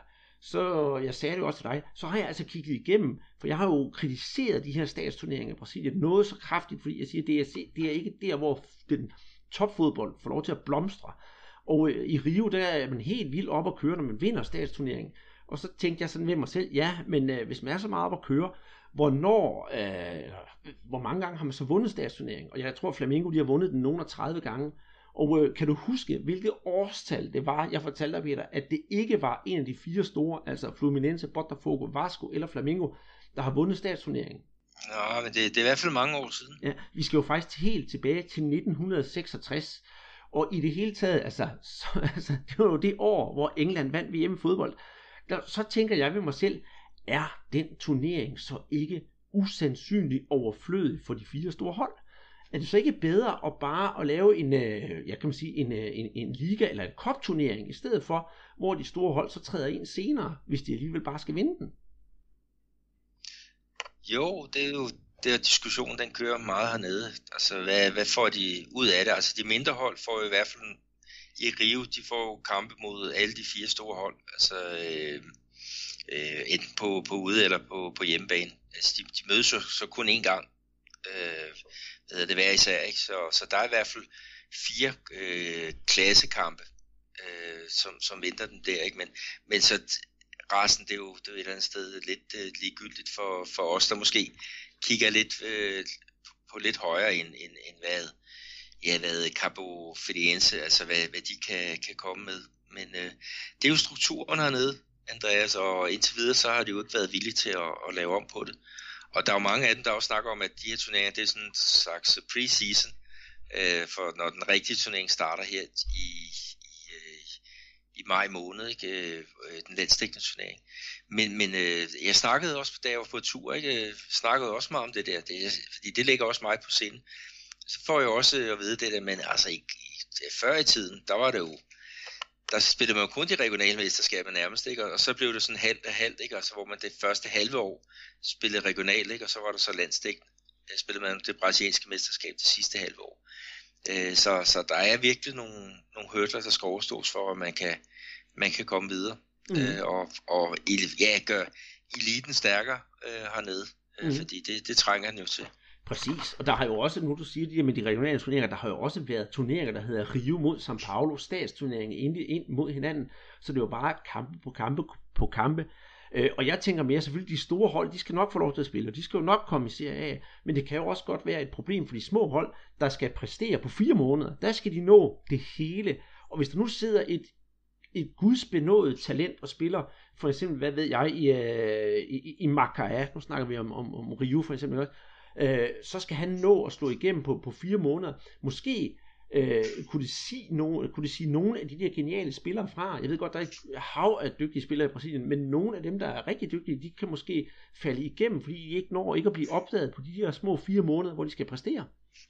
så jeg sagde det jo også til dig, så har jeg altså kigget igennem, for jeg har jo kritiseret de her statsturneringer i Brasilien noget så kraftigt, fordi jeg siger, at det er, det er ikke der, hvor den topfodbold får lov til at blomstre. Og øh, i Rio, der er man helt vildt op at køre, når man vinder statsturneringen. Og så tænkte jeg sådan ved mig selv, ja, men øh, hvis man er så meget op at køre, hvornår, øh, hvor mange gange har man så vundet statsturneringen? Og jeg tror, at Flamengo, de har vundet den nogle af tredive gange. Og øh, kan du huske, hvilket årstal det var, jeg fortalte dig, Peter, at det ikke var en af de fire store, altså Fluminense, Botafogo, Vasco eller Flamengo, der har vundet statsturneringen? Nå, men det, det er i hvert fald mange år siden. Ja, vi skal jo faktisk helt tilbage til nitten seksogtres. Og i det hele taget, altså, så, altså, det var jo det år, hvor England vandt V M i fodbold. Der, så tænker jeg ved mig selv, er den turnering så ikke usandsynligt overflødig for de fire store hold? Er det så ikke bedre at bare at lave en, jeg kan man sige, en, en, en liga eller en cup-turnering, i stedet for, hvor de store hold så træder ind senere, hvis de alligevel bare skal vinde den? Jo, det er jo det er diskussionen, den kører meget hernede. Altså, hvad, hvad får de ud af det? Altså, de mindre hold får jo i hvert fald i Rio, de får jo kampe mod alle de fire store hold. Altså, øh, øh, enten på, på ude eller på, på hjemmebane. Altså, de, de mødes jo så kun én gang. Øh, hvad hedder det hver især, ikke? Så, så der er i hvert fald fire øh, klassekampe, øh, som, som venter dem der, ikke? Men, men så resten, det er jo, det er jo et eller andet sted lidt øh, ligegyldigt for, for os, der måske kigger lidt øh, på lidt højere end, end, end hvad, ja, hvad Cabo Friense, altså hvad, hvad de kan, kan komme med. Men øh, det er jo strukturen hernede, Andreas, og indtil videre så har de jo ikke været villige til at, at lave om på det. Og der er jo mange af dem, der også snakker om, at de her turneringer, det er sådan en slags pre-season, øh, for når den rigtige turnering starter her i, i, øh, i maj måned, ikke? Øh, den landsdækkende turnering. Men, men øh, jeg snakkede også, da jeg var på tur, ikke? Jeg snakkede også meget om det der, det, fordi det ligger også meget på sinde. Så får jeg også at vide det der, men altså i, i, før i tiden, der var det jo, der spillede man jo kun de regionale mesterskaber nærmest, ikke? Og så blev det sådan halvt og halvt, ikke? Altså, hvor man det første halve år spillede regionalt, ikke? Og så var der så landsdækkende. Der spillede man det brasilianske mesterskab det sidste halve år. Øh, så, så der er virkelig nogle, nogle hurdler, der skal overstås for, at man kan, man kan komme videre. Mm. Øh, og og ja, gøre eliten stærkere øh, hernede, øh, mm. fordi det, det trænger den jo til. Præcis, og der har jo også, nu du siger det med de regionale turneringer, der har jo også været turneringer, der hedder Rio mod São Paulo, statsturneringen ind, ind mod hinanden, så det var bare kampe på kampe på kampe. Øh, og jeg tænker mere, selvfølgelig de store hold, de skal nok få lov til at spille, og de skal jo nok komme i Serie A, men det kan jo også godt være et problem for de små hold, der skal præstere på fire måneder. Der skal de nå det hele, og hvis der nu sidder et, et gudsbenået talent og spiller, for eksempel, hvad ved jeg, i, i, i Macaé, nu snakker vi om, om, om Rio for eksempel også, øh, så skal han nå at slå igennem på, på fire måneder. Måske øh, kunne, det sige nogen, kunne det sige nogle af de der geniale spillere fra, jeg ved godt, der er et hav af dygtige spillere i Brasilien, men nogle af dem, der er rigtig dygtige, de kan måske falde igennem, fordi de ikke når ikke at blive opdaget på de der små fire måneder, hvor de skal præstere.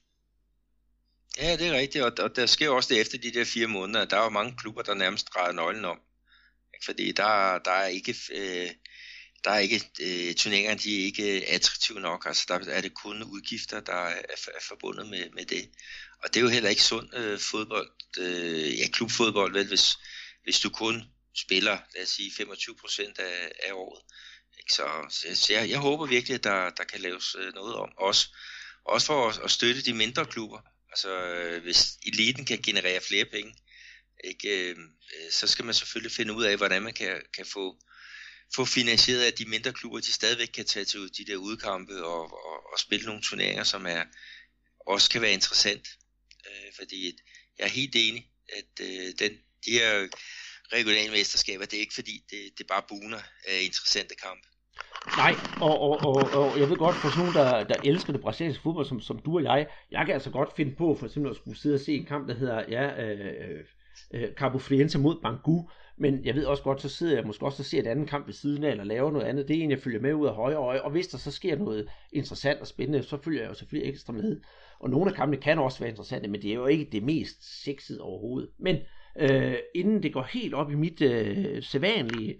Ja, det er rigtigt, og, og der sker også det efter de der fire måneder. Der er jo mange klubber, der nærmest drejer nøglen om. Fordi der, der er ikke, øh, der er ikke øh, turneringerne, de er ikke attraktive nok. Altså der er det kun udgifter, der er, er forbundet med, med det. Og det er jo heller ikke sund øh, fodbold, øh, ja klubfodbold, vel, hvis, hvis du kun spiller, lad os sige, femogtyve procent af, af året. Ikke? Så, så jeg, jeg håber virkelig, at der, der kan laves noget om. Også, også for at, at støtte de mindre klubber. Altså øh, hvis eliten kan generere flere penge, ikke, øh, så skal man selvfølgelig finde ud af, hvordan man kan, kan få, få finansieret, at de mindre klubber, de stadigvæk kan tage til de der udkampe og, og, og spille nogle turneringer, som er, også kan være interessant. Øh, fordi jeg er helt enig, at øh, den, de her regionale mesterskaber, det er ikke fordi, det, det bare buner af interessante kampe. Nej, og, og, og, og jeg ved godt, for sådan nogen, der, der elsker det brasilianske fodbold, som, som du og jeg, jeg kan altså godt finde på, for eksempel at skulle sidde og se en kamp, der hedder, ja, øh, øh, Cabo Friense mod Bangu, men jeg ved også godt, så sidder jeg måske også og ser et andet kamp ved siden af, eller laver noget andet, det er en, jeg følger med ud af højre øje, og hvis der så sker noget interessant og spændende, så følger jeg jo selvfølgelig ekstra med, og nogle af kampene kan også være interessante, men det er jo ikke det mest sexede overhovedet, men Øh, inden det går helt op i mit øh, sædvanlige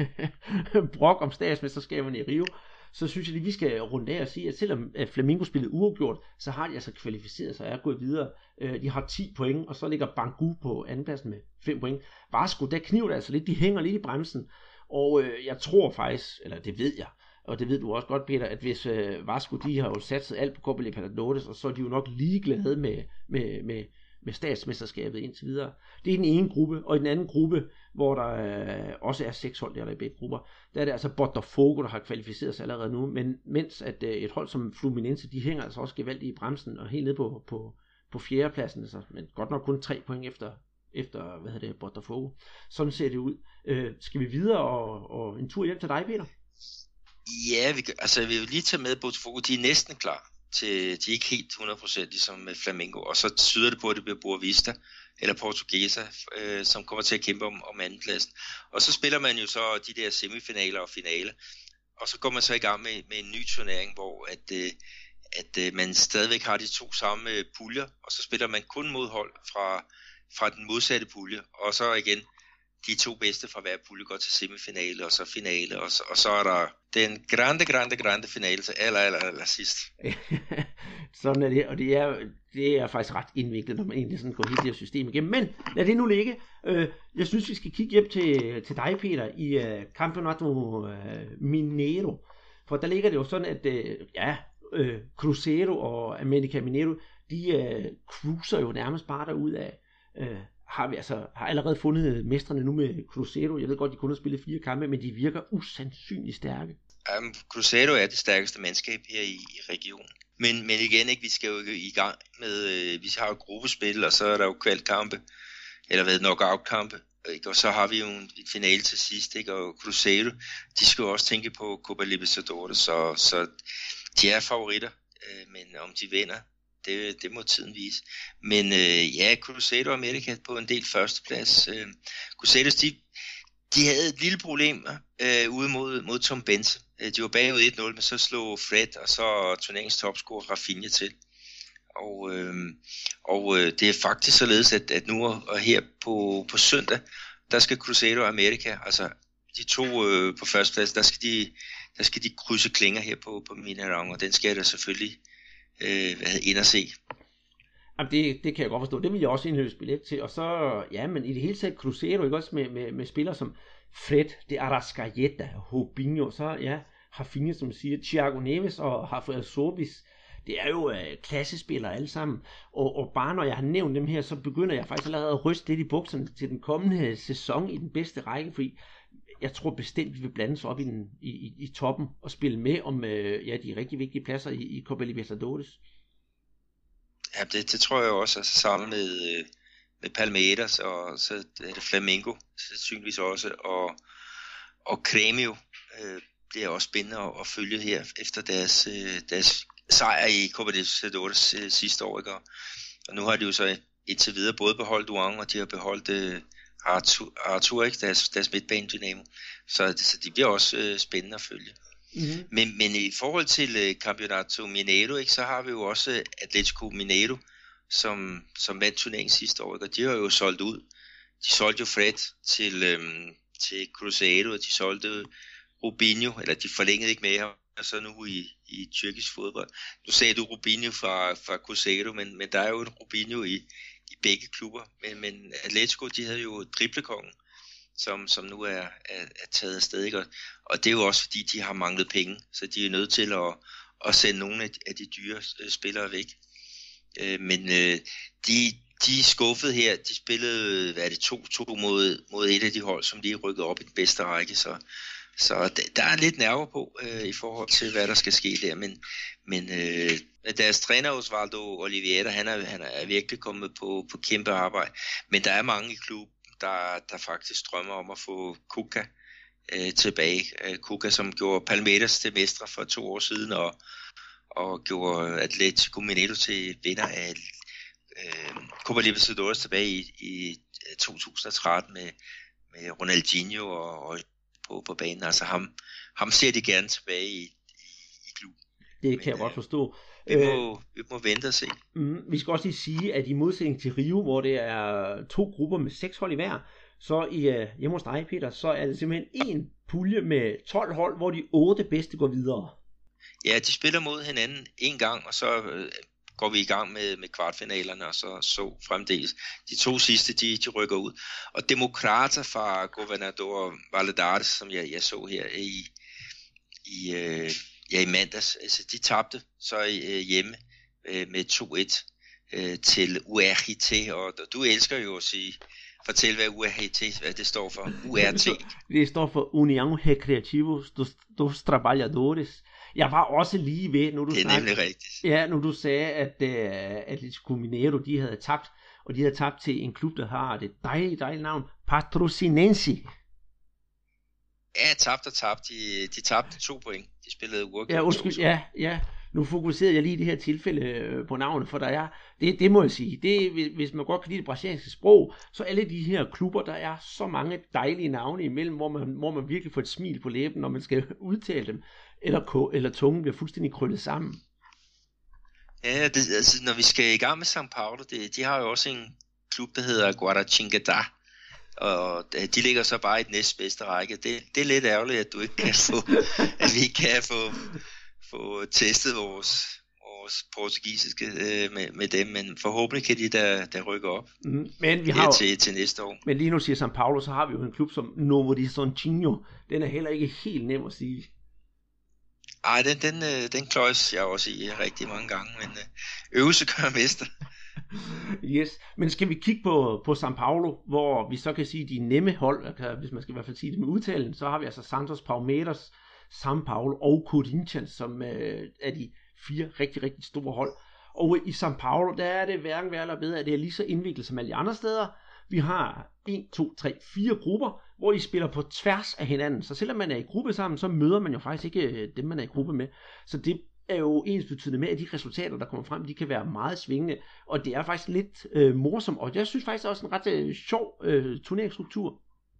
brok om statsmesterskaberne i Rio, så synes jeg lige, vi skal runde af og sige, at selvom Flamengo spillede uafgjort, så har de altså kvalificeret sig og er gået videre. Øh, de har ti point, og så ligger Bangu på andenpladsen med fem point. Vasco, der kniver det altså lidt, de hænger lidt i bremsen, og øh, jeg tror faktisk, eller det ved jeg, og det ved du også godt, Peter, at hvis øh, Vasco, de har jo satset alt på Copa Libertadores, og så er de jo nok ligeglade med, med, med med statsmesterskabet indtil videre. Det er den ene gruppe, og i den anden gruppe, hvor der øh, også er seks hold, der er i begge grupper, der er det altså Botafogo, der har kvalificeret sig allerede nu, men mens at øh, et hold som Fluminense, de hænger altså også gevaldigt i bremsen, og helt nede på, på, på fjerdepladsen, altså, men godt nok kun tre point efter, efter hvad hedder det, Botafogo. Sådan ser det ud. Øh, skal vi videre og, og en tur hjem til dig, Peter? Ja, vi, altså vi vil lige tage med Botafogo, de er næsten klar. Til, de er ikke helt hundrede procent ligesom med Flamengo, og så tyder det på, at det bliver Boa Vista eller Portuguesa, øh, som kommer til at kæmpe om, om andenpladsen. Og så spiller man jo så de der semifinaler og finale, og så går man så i gang med, med en ny turnering, hvor at, øh, at øh, man stadigvæk har de to samme øh, puljer, og så spiller man kun mod hold fra, fra den modsatte pulje, og så igen de to bedste fra hver pulje går til semifinale, og så finale, og så, og så er der den grande, grande, grande finale til aller, aller, aller sidst. Sådan er det, og det er, det er faktisk ret indviklet, når man egentlig sådan går hele det her system igennem. Men lad det nu ligge. Øh, jeg synes, vi skal kigge hjem til, til dig, Peter, i uh, Campeonato uh, Mineiro. For der ligger det jo sådan, at uh, ja, uh, Cruzeiro og América Mineiro, de uh, cruiser jo nærmest bare derudad. Uh, har vi altså har allerede fundet mestrene nu med Cruzeiro. Jeg ved godt, de kun har spillet fire kampe, men de virker usandsynligt stærke. Um, Cruzeiro er det stærkeste mandskab her i, i regionen. Men, men igen, ikke, vi skal jo i gang med, øh, vi har jo gruppespil, og så er der jo kvalkampe, eller hvad, knockout-kampe, ikke? Og så har vi jo en, en finale til sidst, ikke? Og Cruzeiro, de skal jo også tænke på Copa Libertadores, så, så de er favoritter, øh, men om de vinder, det, det må tiden vise. Men øh, ja, Cruzeiro og America på en del førsteplads. Øh, Cruzeiro, de, de havde et lille problem øh, ude mod, mod Tom Benz. De var bagud et nul, men så slog Fred og så turneringens topscorer Rafinha til. Og, øh, og øh, det er faktisk således, at, at nu og her på, på søndag, der skal Cruzeiro og America, altså de to øh, på førsteplads, der skal de, der skal de krydse klinger her på, på Mineirão, og den skal jeg da selvfølgelig øh, hvad hedder, ind og se. Jamen det, det kan jeg godt forstå, det vil jeg også indhøse billet til, og så, ja, men i det hele taget Cruzeiro, ikke også med, med, med spillere som Fred, de Arrascaeta, Robinho, så ja, Rafinha, som siger, Thiago Neves og Rafael Sobis, det er jo øh, klassespillere alle sammen. Og, og bare når jeg har nævnt dem her, så begynder jeg faktisk allerede at ryste lidt i bukserne til den kommende sæson i den bedste række, fordi jeg tror bestemt, vi vil blande sig op i, den, i, i, i toppen og spille med om øh, ja, de rigtig vigtige pladser i, i Copa Libertadores. Ja, det, det tror jeg også, altså sammen med, med Palmeiras, og så er det Flamengo, sandsynligvis også, og, og Grêmio. Øh, det er også spændende at, at følge her, efter deres, deres sejr i Copa Libertadores øh, sidste år, ikke? Og nu har de jo så indtil videre både beholdt Duang, og de har beholdt øh, Arthur, Arthur, ikke? Deres, deres midtbanedynamo. Så, så de bliver også øh, spændende at følge. Mm-hmm. Men, men i forhold til øh, Campeonato Mineiro, ikke, så har vi jo også Atlético Mineiro, som, som vandt turneringen sidste år, ikke? Og de har jo solgt ud. De solgte jo Fred til, øhm, til Cruzeiro, og de solgte Rubinho, eller de forlængede ikke med ham, og så nu i, i tyrkisk fodbold. Nu sagde du Rubinho fra, fra Cruzeiro, men, men der er jo en Rubinho i, i begge klubber. Men, men Atletico, de havde jo driblekongen, som, som nu er, er, er taget afsted, ikke? Og det er jo også fordi, de har manglet penge, så de er nødt til at, at sende nogle af de, af de dyre spillere væk. Øh, men øh, de, de er skuffet her. De spillede, hvad er det, to to mod, mod et af de hold, som lige rykkede op i den bedste række, så Så der er lidt nerver på øh, i forhold til, hvad der skal ske der. Men, men øh, deres træner Osvaldo Oliveira, han er, han er virkelig kommet på, på kæmpe arbejde. Men der er mange i klubben, der, der faktisk drømmer om at få Cuca øh, tilbage. Øh, Cuca, som gjorde Palmeiras til mestre for to år siden, og, og gjorde Atlético Mineiro til vinder af øh, Copa Libertadores tilbage i, i to tusind og tretten med, med Ronaldinho og, og På, på banen. Altså ham, ham ser de gerne tilbage i, i, i klubben. Det kan Men, jeg godt forstå. Vi må, øh, vi må vente og se. Mm, vi skal også lige sige, at i modsætning til Rio, hvor det er to grupper med seks hold i hver, så i uh, hjemme hos dig, Peter, så er det simpelthen en pulje med tolv hold, hvor de otte bedste går videre. Ja, de spiller mod hinanden en gang, og så øh, går vi i gang med, med kvartfinalerne, og så, så fremdeles. De to sidste, de, de rykker ud. Og Democrata fra Governador Valadares, som jeg, jeg så her i, i, øh, ja, i mandags, altså, de tabte så øh, hjemme øh, med to et øh, til U R T, og du elsker jo at sige, fortæl hvad U R T, hvad det står for. U R T. Det står for União Recreativos dos Trabalhadores. Jeg var også lige ved, når du, det er snakkede, nemlig rigtigt. Ja, når du sagde, at uh, Atlético Mineiro, de havde tabt, og de havde tabt til en klub, der har det dejlige, dejlige navn, Patrocinense. Ja, tabt og tabt. De, de tabte to point. De spillede uafgjort. Ja, undskyld, ja, ja. Nu fokuserede jeg lige i det her tilfælde på navnet, for der er, det, det må jeg sige, det, hvis man godt kan lide det brasilianske sprog, så alle de her klubber, der er så mange dejlige navne imellem, hvor man, hvor man virkelig får et smil på læben, når man skal udtale dem, eller, eller tungen bliver fuldstændig krøllet sammen. Ja, det, altså, når vi skal i gang med São Paulo, det, de har jo også en klub, der hedder Guaratinguetá, og de ligger så bare i den næstbedste række. Det, det er lidt ærgerligt, at du ikke kan få, at vi ikke kan få, få testet vores, vores portugisiske øh, med, med dem, men forhåbentlig kan de der, der rykke op mm, men vi har jo, til, til næste år. Men lige nu siger São Paulo, så har vi jo en klub som Novo Horizontino. Den er heller ikke helt nem at sige. Ej, den, den, den kløjs jeg også i rigtig mange gange, men øvelse gør mester. Yes, men skal vi kigge på, på São Paulo, hvor vi så kan sige, de nemme hold, hvis man skal i hvert fald sige det med udtalen, så har vi altså Santos, Palmeiras, São Paulo og Corinthians, som øh, er de fire rigtig, rigtig store hold. Og i São Paulo, der er det hverken værre eller bedre, at det er lige så indviklet som alle de andre steder. Vi har en, to, tre, fire grupper, hvor de spiller på tværs af hinanden. Så selvom man er i gruppe sammen, så møder man jo faktisk ikke dem, man er i gruppe med. Så det er jo ensbetydende med, at de resultater, der kommer frem, de kan være meget svingende. Og det er faktisk lidt øh, morsomt. Og jeg synes faktisk også en ret øh, sjov øh, turneringsstruktur.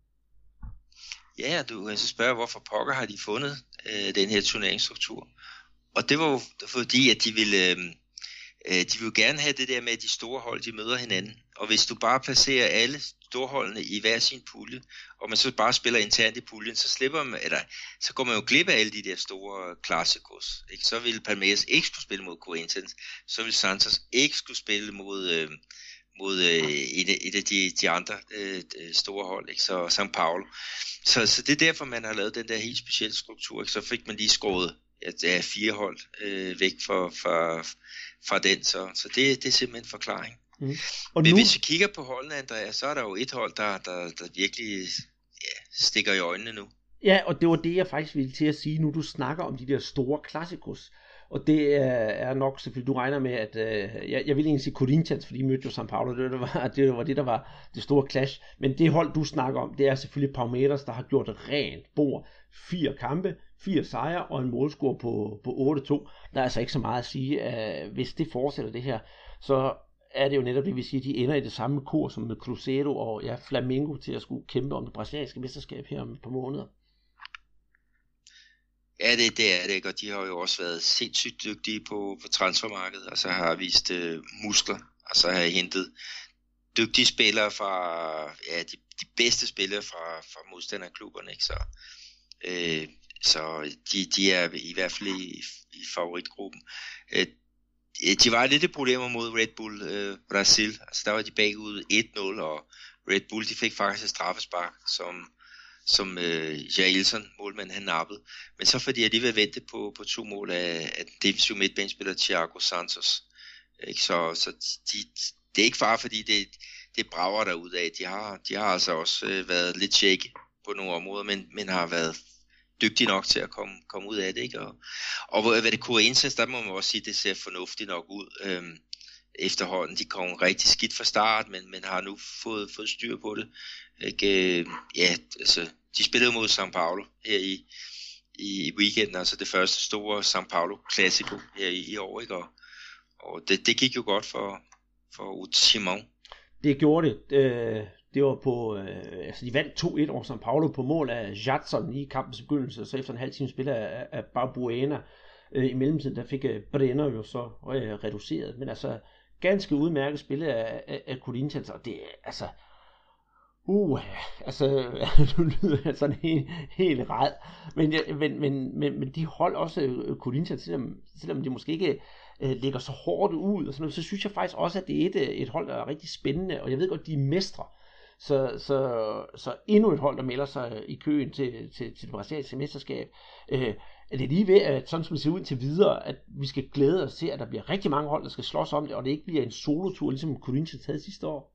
Ja, du kan så spørge, hvorfor pokker har de fundet øh, den her turneringsstruktur? Og det var jo fordi, at de ville... Øh, De vil jo gerne have det der med, at de store hold, de møder hinanden. Og hvis du bare placerer alle storholdene i hver sin pulje, og man så bare spiller internt i puljen, så slipper man, eller så går man jo glip af alle de der store klassikos. Ikke? Så vil Palmeiras ikke skulle spille mod Corinthians, så vil Santos ikke skulle spille mod, øh, mod øh, et, et af de, de andre øh, store hold, ikke? Så São Paulo. Så, så det er derfor, man har lavet den der helt specielle struktur. Ikke? Så fik man lige skåret ja, det er fire hold øh, væk fra, fra, fra den, så, så det, det er simpelthen en forklaring. Mm. Og Men nu... hvis vi kigger på holdene, Andreas, så er der jo et hold, der, der, der virkelig ja, stikker i øjnene nu. Ja, og det var det, jeg faktisk ville til at sige, nu du snakker om de der store klassikos. Og det er, er nok selvfølgelig, du regner med, at øh, jeg, jeg vil egentlig sige Corinthians, fordi de mødte jo São Paulo, det, det, var, det var det, der var det store clash. Men det hold, du snakker om, det er selvfølgelig Palmeiras, der har gjort rent bord. Fire kampe, fire sejre og en målscore på, på otte to. Der er altså ikke så meget at sige, at hvis det fortsætter det her, så er det jo netop det, vi siger, de ender i det samme kurs som med Cruzeiro og ja, Flamengo til at skulle kæmpe om det brasilianske mesterskab her om et par måneder. Ja, det, det er det ikke, og de har jo også været sindssygt dygtige på, på transfermarkedet, og så har vist øh, muskler, og så har hentet dygtige spillere fra, ja, de, de bedste spillere fra, fra modstanderklubberne, ikke? Så, øh, så de, de er i hvert fald i, i favoritgruppen. Øh, de var lidt et problemer mod Red Bull øh, Brasil, altså der var de bagud et nul, og Red Bull, de fik faktisk et straffespark, som som øh, Jailson, målmanden, han nappede. Men så fordi jeg lige vil vente på, på to mål af, af den defensive midtbanespiller Thiago Santos. Ikke? Så, så de, det er ikke far, fordi det, det brager der ud af. De har, de har altså også øh, været lidt shaky på nogle områder, men, men har været dygtige nok til at komme, komme ud af det. Ikke? Og, og hvad det Corinthians, der må man også sige, det ser fornuftigt nok ud. Øhm, efterhånden. De kom rigtig skidt fra start, men, men har nu fået, fået styr på det. Ikke? Ja, altså, de spillede mod São Paulo her i, i weekenden, altså det første store São Paulo Classico her i, i år, ikke? Og, og det, det gik jo godt for, for Simon. Det gjorde det. Det, det var på, øh, altså de vandt to et over São Paulo på mål af Jadson i kampens begyndelse, og så efter en halv time spiller af, af Balbuena. Øh, I mellemtiden, der fik Brenner jo så øh, reduceret, men altså ganske udmærket spillet af, af, af Corinthians, og det er altså, uh, altså, nu lyder jeg sådan helt, helt ræd, men, men, men, men, men de holdt også Corinthians, selvom, selvom de måske ikke øh, ligger så hårdt ud, og sådan noget, så synes jeg faktisk også, at det er et, et hold, der er rigtig spændende, og jeg ved godt, de er mestre, så, så, så endnu et hold, der melder sig i køen til, til, til det brasilianske mesterskab. Øh, er det lige ved, at sådan som det ser ud til videre, at vi skal glæde os til, at der bliver rigtig mange hold, der skal slås om det, og det ikke bliver en solotur, ligesom Corinthians havde sidste år?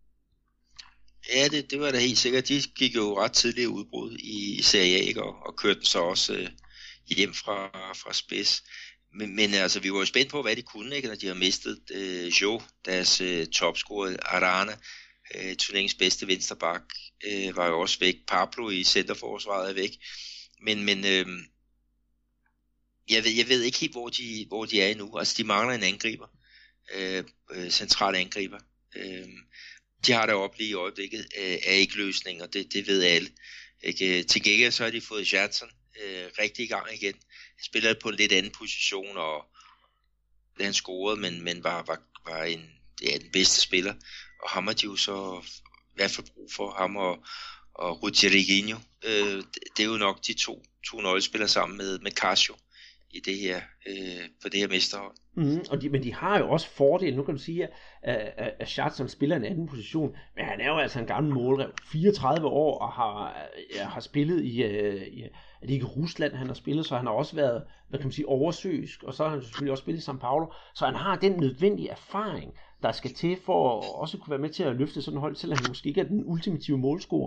Ja, det, det var da helt sikkert. De gik jo ret tidligt udbrud i Serie A, ikke? Og, og kørte den så også øh, hjem fra, fra spids. Men, men altså, vi var jo spændt på, hvad de kunne, ikke? Når de har mistet øh, Jo, deres øh, topscorer, Arana, øh, turneringens bedste vensterbak, øh, var jo også væk. Pablo i centerforsvaret er væk. Men, men øh, jeg, ved, jeg ved ikke helt, hvor de, hvor de er endnu. Altså, de mangler en angriber. Øh, øh, central angriber. Øh, de har deroppe lige i øjeblikket, øh, er ikke løsninger, det, det ved alle. Ikke? Til gengæld så har de fået Jadson øh, rigtig i gang igen. Han spiller på en lidt anden position, og han scorede, men, men var, var, var en, ja, den bedste spiller. Og ham har de jo så i hvert fald brug for, ham og, og Rodriguinho. Øh, det, det er jo nok de to, to nøglespillere sammen med, med Casio i det her, øh, på det her mesterhold. Mm, og de, men de har jo også fordel. Nu kan du sige, at, at, at Jadson spiller en anden position, men han er jo altså en gammel målrev, fireogtredive år, og har, ja, har spillet i, i er det ikke Rusland, han har spillet, så han har også været, hvad kan man sige, oversøisk, og så har han selvfølgelig også spillet i São Paulo, så han har den nødvendige erfaring, der skal til for at også kunne være med til at løfte sådan et hold, selvom han måske ikke er den ultimative målscorer.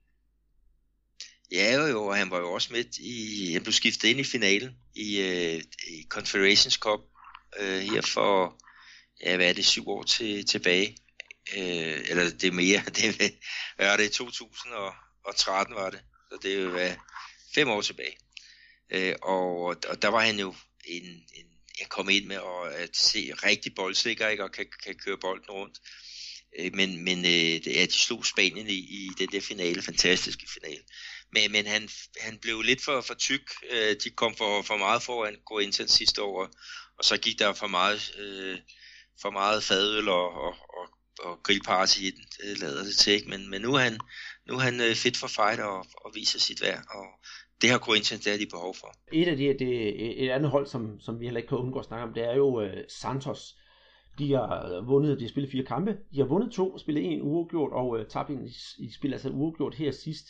Ja, jo, jo, og han var jo også med i, han blev skiftet ind i finalen i, uh, i Confederations Cup uh, her for, ja, hvad er det, syv år til, tilbage, uh, eller det er mere, det, hvad er det, to tusind og tretten var det, så det er jo hvad, fem år tilbage, uh, og, og der var han jo en, en jeg kom ind med at se rigtig boldsikker, ikke, og kan, kan køre bolden rundt, uh, men, men uh, ja, de slog Spanien i, i den der finale, fantastiske finale. Men, men han, han blev lidt for, for tyk. Øh, de kom for, for meget foran Corinthians sidste år, og så gik der for meget, øh, for meget fadøl og, og, og, og grillparty i den. Det lader det til, ikke? Men, men nu er han, nu er han fit for fight og, og viser sit værd, og det har Corinthians, det har de behov for. Et af de, det, et andet hold, som, som vi heller ikke kan undgå at snakke om, det er jo uh, Santos. De har vundet, de har spillet fire kampe. De har vundet to, spillet en uafgjort, og uh, tabt en i, i spil, altså uafgjort her sidst.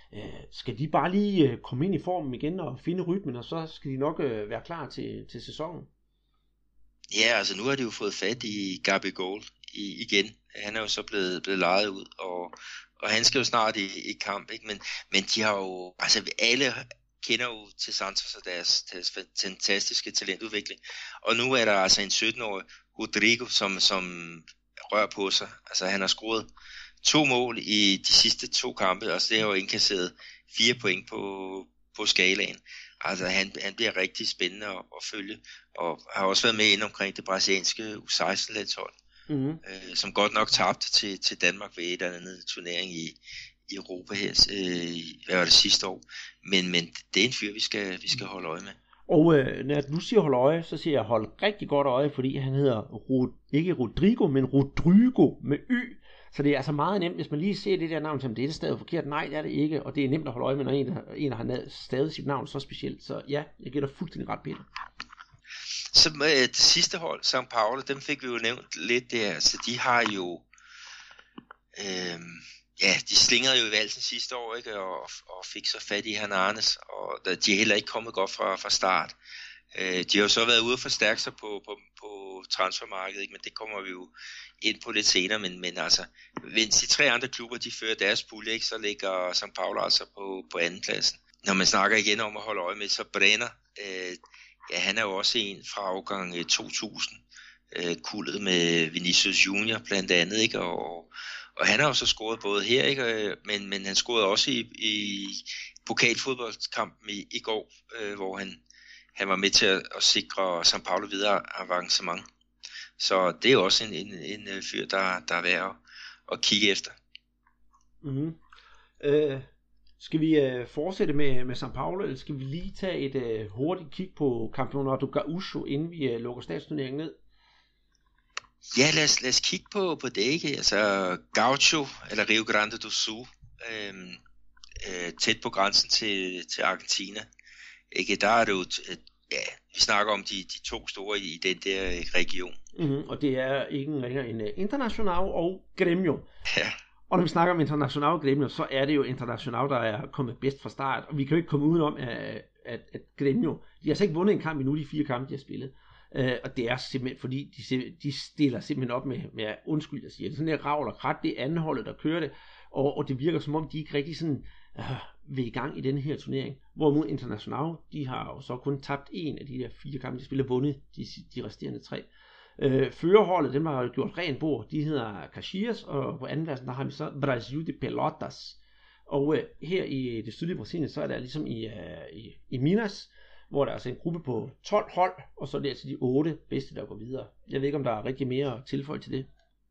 Øh, skal de bare lige øh, komme ind i formen igen og finde rytmen, og så skal de nok øh, være klar til, til sæsonen? Ja, altså nu har de jo fået fat i Gabigol i, igen. Han er jo så blevet, blevet lejet ud, og, og han skal jo snart i, i kamp, ikke? Men, men de har jo, altså alle kender jo til Santos og deres, deres fantastiske talentudvikling. Og nu er der altså en sytten-årig Rodrigo, som, som rører på sig. Altså han har scoret to mål i de sidste to kampe, og så det har jo indkasseret fire point på, på skalaen. Altså han, han bliver rigtig spændende at, at følge, og har også været med ind omkring det brasilianske U seksten-landshold, mm-hmm. øh, som godt nok tabte til, til Danmark ved et eller andet turnering i, i Europa her, øh, hvad var det sidste år. Men, men det er en fyr, vi skal, vi skal holde øje med. Og øh, når du siger hold øje, så siger jeg hold rigtig godt øje, fordi han hedder Rod, ikke Rodrigo, men Rodrigo med Y. Så det er altså meget nemt, hvis man lige ser det der navn, som det er det stadig forkert. Nej, det er det ikke, og det er nemt at holde øje med, når en, der, en, der har stadig sit navn så specielt. Så ja, jeg gætter fuldstændig ret, Peter. Så øh, det sidste hold, São Paulo, dem fik vi jo nævnt lidt der. Så de har jo, øh, ja, de slingrede jo i valsen sidste år, ikke, og, og fik så fat i Hernanes, og de er heller ikke kommet godt fra, fra start. Øh, de har jo så været ude og forstærke sig på, på, på transfermarkedet, ikke? Men det kommer vi jo ind på lidt senere, men, men altså, hvis de tre andre klubber, de fører deres pulje, ikke, så ligger São Paulo altså på, på anden pladsen. Når man snakker igen om at holde øje med, så Brenner, øh, ja, han er jo også en fra afgang to tusind, øh, kuldet med Vinicius Junior blandt andet, ikke, og, og han har jo så scoret både her, ikke, men, men han scorede også i, i pokalfodboldkampen i, i går, øh, hvor han Han var med til at, at sikre São Paulo videre avancement. Så det er jo også en, en, en fyr, der, der er værd at, at kigge efter. Mm-hmm. Øh, skal vi øh, fortsætte med, med São Paulo, eller skal vi lige tage et øh, hurtigt kig på Campeonato Gaúcho, inden vi øh, lukker statsturneringen ned? Ja, lad os, lad os kigge på, på det, ikke? Altså Gaucho, eller Rio Grande do Sul, øh, øh, tæt på grænsen til, til Argentina. Ikke, der er det jo, ja, vi snakker om de, de to store i, i den der region. Mm-hmm, og det er ikke længere en uh, Internacional og Grêmio. Ja. Og når vi snakker om Internacional og Grêmio, så er det jo Internacional, der er kommet bedst fra start. Og vi kan jo ikke komme udenom, at, at, at Grêmio, de har altså ikke vundet en kamp endnu, de fire kampe, de har spillet. Uh, og det er simpelthen, fordi de, de stiller simpelthen op med, med undskyld, jeg siger, sådan der ravl og krat, det er andenholdet, der kører det. Og, og det virker som om, de ikke rigtig sådan øh, vil i gang i denne her turnering. Hvorimod Internacional, de har jo så kun tabt en af de der fire kampe, de spiller, vundet de, de resterende tre. Øh, førerholdet, dem har jo gjort ren bord, de hedder Caxias, og på andenpladsen, der har vi så Brasil de Pelotas. Og øh, her i det sydlige Brasilien, så er der ligesom i, øh, i, i Minas, hvor der er altså en gruppe på tolv hold, og så er det altså de otte bedste, der går videre. Jeg ved ikke, om der er rigtig mere at tilføje til det.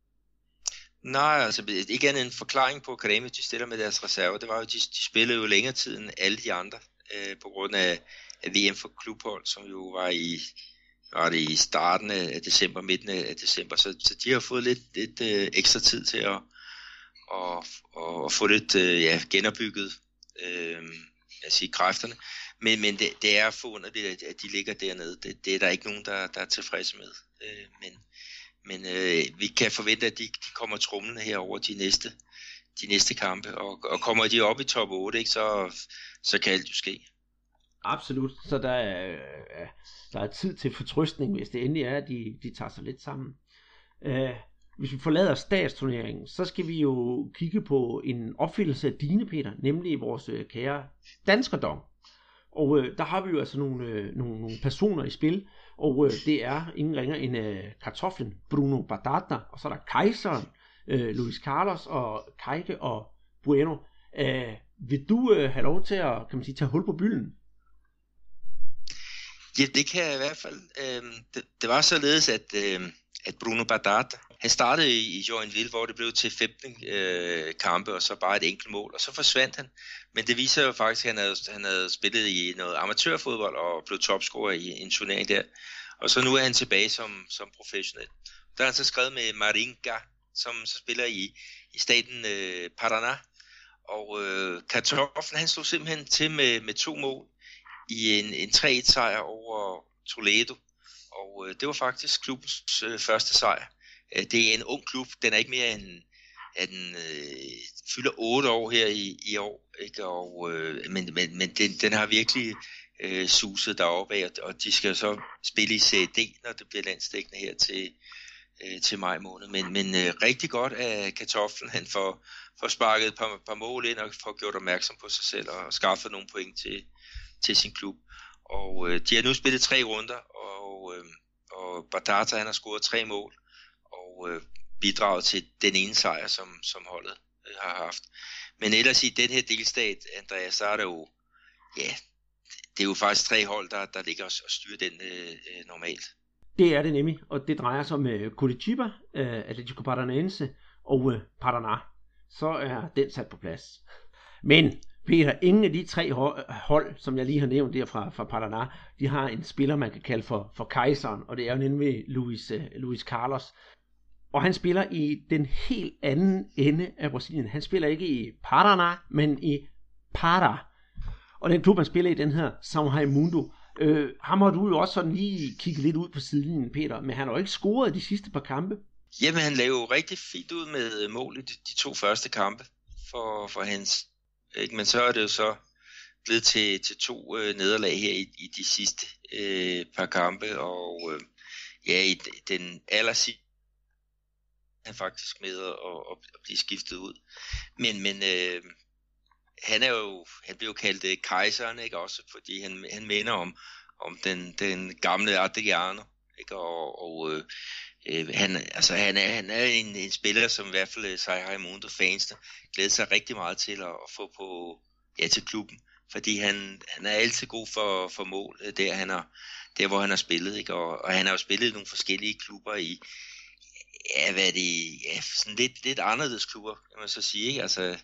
Nej, altså ikke andet en forklaring på Grêmio, de stiller med deres reserver. Det var jo, de, de spillede jo længere tid end alle de andre, øh, på grund af, af V M for klubhold, som jo var i, var det i starten af december, midten af december. Så, så de har fået lidt, lidt øh, ekstra tid til at, at, at, at få lidt øh, ja, genopbygget øh, jeg siger, kræfterne. Men, men det, det er forunderligt, at de ligger dernede. Det, det er der ikke nogen, der, der er tilfredse med. Øh, men Men øh, vi kan forvente, at de, de kommer trumlende her over de næste, de næste kampe. Og, og kommer de op i top otte, ikke, så, så kan alt jo ske. Absolut. Så der er, der er tid til fortrøstning, hvis det endelig er, at de, de tager sig lidt sammen. Uh, hvis vi forlader statsturneringen, så skal vi jo kigge på en opfyldelse af dine, Peter, nemlig vores uh, kære danskerdom. Og uh, der har vi jo altså nogle, uh, nogle, nogle personer i spil. Og øh, det er ingen ringer end øh, kartoflen Bruno Batata, og så er der Kejseren, øh, Luis Carlos og Kajke og Bueno. Øh, vil du øh, have lov til at, kan man sige, tage hul på bylden? Ja, det kan jeg i hvert fald. Øh, det, det var således, at, øh, at Bruno Batata, han startede i, i Joinville, hvor det blev til femten øh, kampe, og så bare et enkelt mål, og så forsvandt han. Men det viser jo faktisk, at han havde, han havde spillet i noget amatørfodbold og blev topscorer i en turnering der. Og så nu er han tilbage som, som professionel. Der har han så skrevet med Maringa, som så spiller i, i staten øh, Paraná. Og øh, kartoflen, han slog simpelthen til med, med to mål i en, en tre et sejr over Toledo. Og øh, det var faktisk klubbens øh, første sejr. Øh, det er en ung klub, den er ikke mere end at den øh, fylder otte år her i, i år, ikke? Og, øh, men, men, men den, den har virkelig øh, suset deroppe af, og de skal så spille i Serie D, når det bliver landsdækkende her til, øh, til maj måned. Men, men øh, rigtig godt af Kartoflen, han får, får sparket et par, par mål ind og får gjort opmærksom på sig selv og skaffet nogle point til, til sin klub. Og øh, de har nu spillet tre runder, og, øh, og Batata han har scoret tre mål, og øh, bidraget til den ene sejr, som, som holdet øh, har haft. Men ellers i den her delstat, Andreas, så er det jo, ja, det er jo faktisk tre hold, der, der ligger og, og styrer den øh, normalt. Det er det nemlig, og det drejer sig om øh, Curitiba, øh, Atlético Paranaense og øh, Paraná. Så er den sat på plads. Men Peter, ingen af de tre hold, som jeg lige har nævnt der fra, fra Paraná, de har en spiller, man kan kalde for, for kejseren, og det er jo nemlig Luis, uh, Luis Carlos. Og han spiller i den helt anden ende af Brasilien. Han spiller ikke i Paraná, men i Pará. Og den klub, han spiller i, den her São Raimundo. Øh, ham har du jo også sådan lige kigget lidt ud på sidelinjen, Peter, men han har jo ikke scoret de sidste par kampe. Jamen, han lavede jo rigtig fint ud med mål i de, de to første kampe for, for hans. Ikke? Men så er det jo så blevet til, til to øh, nederlag her i, i de sidste øh, par kampe, og øh, ja, i den allersidste er han faktisk med at, at, at blive skiftet ud. Men, men øh, han er jo, han bliver jo kaldt øh, kejseren, ikke også, fordi han, han minder om, om den, den gamle Adriano, ikke, og, og øh, øh, han, altså, han er, han er en, en spiller, som i hvert fald São Raimundo fans glæder sig rigtig meget til at, at få på, ja, til klubben, fordi han, han er altid god for, for mål, der, han har, der hvor han har spillet, ikke, og, og han har jo spillet i nogle forskellige klubber i, ja, hvad er det, ja, sådan lidt, lidt anderledes klubber, kan man så sige, ikke, altså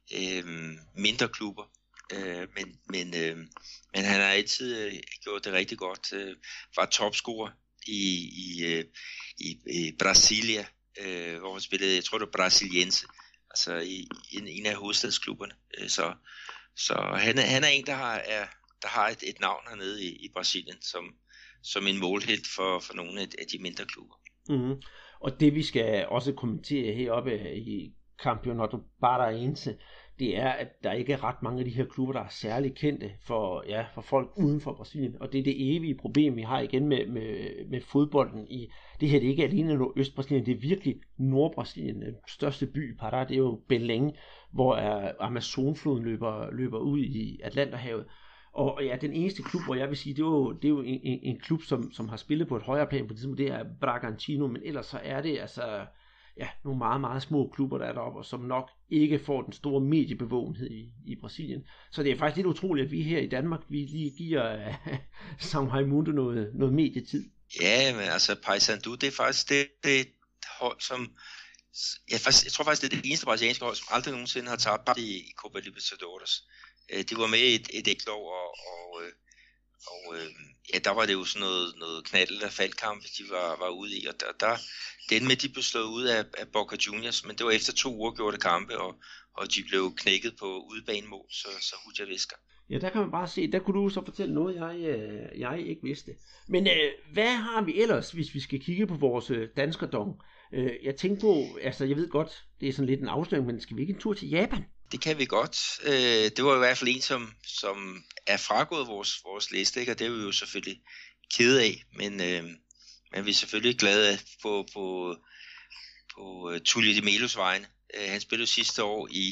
øhm, mindre klubber, øh, men, men, øh, men han har altid øh, gjort det rigtig godt, øh, var topscorer i, i, øh, i, i Brasilia, øh, hvor han spillede, jeg tror det var Brasiliense, altså i, i en, en af hovedstadsklubberne, øh, så, så han, er, han er en, der har, er, der har et, et navn hernede i, i Brasilien, som, som en målhelt for, for nogle af, af de mindre klubber. Mm-hmm. Og det vi skal også kommentere heroppe i Campeonato Paranaense, det er, at der ikke er ret mange af de her klubber, der er særlig kendte for, ja, for folk uden for Brasilien. Og det er det evige problem, vi har igen med, med, med fodbolden. I, det her det er ikke alene Øst-Brasilien, det er virkelig Nord-Brasilien. Den største by, Pará, det er jo Belém, hvor Amazonfloden løber, løber ud i Atlanterhavet. Og ja, den eneste klub, hvor jeg vil sige, det er jo, det er jo en, en, en klub, som, som har spillet på et højere plan på det tidspunkt, det er Bragantino, men ellers så er det altså ja, nogle meget, meget små klubber, der er deroppe, og som nok ikke får den store mediebevågenhed i, i Brasilien. Så det er faktisk lidt utroligt, at vi her i Danmark, vi lige giver uh, São Raimundo noget, noget medietid. Ja, men altså Paysandu, det er faktisk det, det hold, som jeg, faktisk, jeg tror faktisk, det er det eneste brasilianske hold, som aldrig nogensinde har tabt i, i Copa Libertadores. De var med i et, et ægtlov, og, og, og ja, der var det jo sådan noget, noget knald- og faldkamp, de var, var ude i, og der, der den med, de blev slået ud af, af Boca Juniors, men det var efter to uafgjorte kampe, og, og de blev knækket på udebanemål, så, så hudja visker. Ja, der kan man bare se, der kunne du så fortælle noget, jeg, jeg ikke vidste. Men øh, hvad har vi ellers, hvis vi skal kigge på vores øh, danskerdom? Øh, jeg tænker på, altså jeg ved godt, det er sådan lidt en afsløring, men skal vi ikke en tur til Japan? Det kan vi godt. Øh, det var i hvert fald en, som, som er fragået vores, vores liste, ikke? Og det er vi jo selvfølgelig kede af, men, øh, men vi er selvfølgelig glade på, på, på uh, Tulio de Melos vegne. Uh, han spillede sidste år i,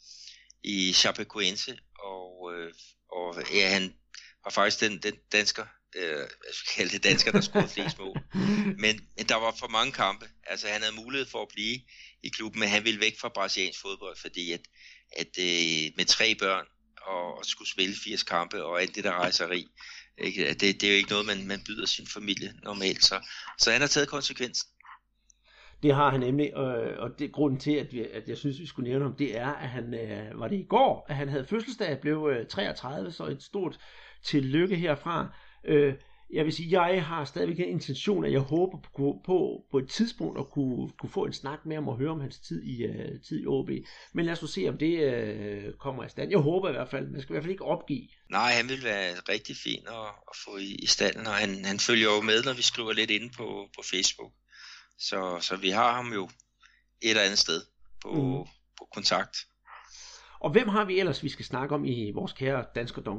i Chapecoense, og, uh, og ja, han var faktisk den, den dansker, uh, jeg skal kalde det dansker, der scorede flest mål. Men, men der var for mange kampe. Altså han havde mulighed for at blive i klubben, men han ville væk fra brasiliansk fodbold, fordi at at øh, med tre børn og, og skulle spille firs kampe og alt det der rejseri, ikke? Det, det er jo ikke noget, man, man byder sin familie normalt, så, så han har taget konsekvensen. Det har han nemlig, og, og det grunden til, at, vi, at jeg synes, vi skulle nævne ham, det er, at han, øh, var det i går, at han havde fødselsdag, blev øh, treogtredive, så et stort tillykke herfra. Øh, Jeg vil sige, jeg har stadigvæk en intention, at jeg håber på, på, på et tidspunkt at kunne, kunne få en snak med ham og høre om hans tid i, uh, tid i O B. Men lad os nu se, om det uh, kommer i stand. Jeg håber i hvert fald, man skal i hvert fald ikke opgive. Nej, han vil være rigtig fin at, at få i, i standen, og han, han følger jo med, når vi skriver lidt inde på, på Facebook. Så, så vi har ham jo et eller andet sted. på, mm. på kontakt. Og hvem har vi ellers, vi skal snakke om i vores kære Danskerdong?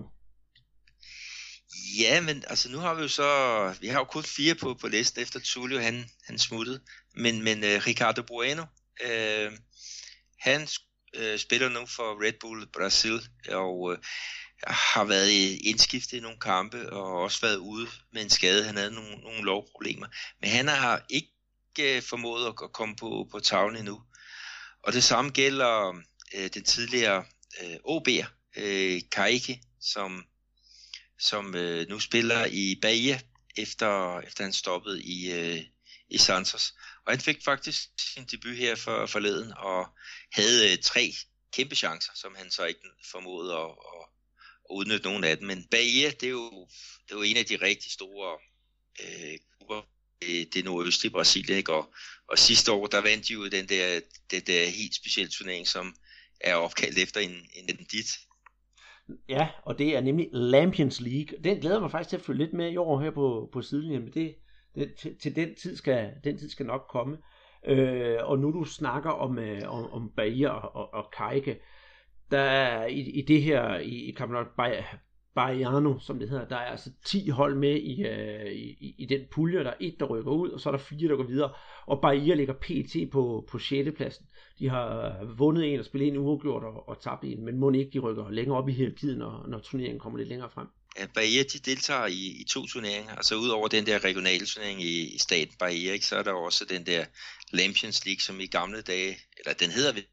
Ja, men altså nu har vi jo så, vi har jo kun fire på, på listen efter Tulio, han, han smuttede. Men, men uh, Ricardo Bueno, uh, han uh, spiller nu for Red Bull Brasil, og uh, har været indskiftet i nogle kampe, og også været ude med en skade. Han havde nogle, nogle lovproblemer. Men han har ikke uh, formået at komme på, på tavlen endnu. Og det samme gælder uh, den tidligere uh, O B'er, uh, Karique, som... som øh, nu spiller i Bahia, efter, efter han stoppede i, øh, i Santos. Og han fik faktisk sin debut her for, forleden, og havde øh, tre kæmpe chancer, som han så ikke formåede at, at, at udnytte nogen af dem. Men Bahia, det er jo, det er jo en af de rigtig store øh, klubber, det, det nordøstlige Brasilien, ikke? Og, og sidste år, der vandt de jo den der, den der helt specielle turnering, som er opkaldt efter en, en dit. Ja, og det er nemlig Lampions League. Den glæder mig faktisk til at følge lidt med i år her på, på sidelinjen, men det, det, til, til den tid skal den tid skal nok komme. Øh, og nu du snakker om, øh, om, om Bahia og, og, og Karique, der er i, i det her, i, i Campeonato Baiano, som det hedder, der er altså ti hold med i, øh, i, i den pulje. Der er et, der rykker ud, og så er der fire, der går videre. Og Bahia ligger pt. på, på sjette pladsen. De har vundet en og spillet en uafgjort og, og tabt en, men må ikke de rykker længere op i hierarkiet, når, når turneringen kommer lidt længere frem. Ja, Bahia, de deltager i, i to turneringer. Altså ud over den der regionale turnering i, i staten Bahia, ikke, så er der også den der Lampions League, som i gamle dage, eller den hedder vi,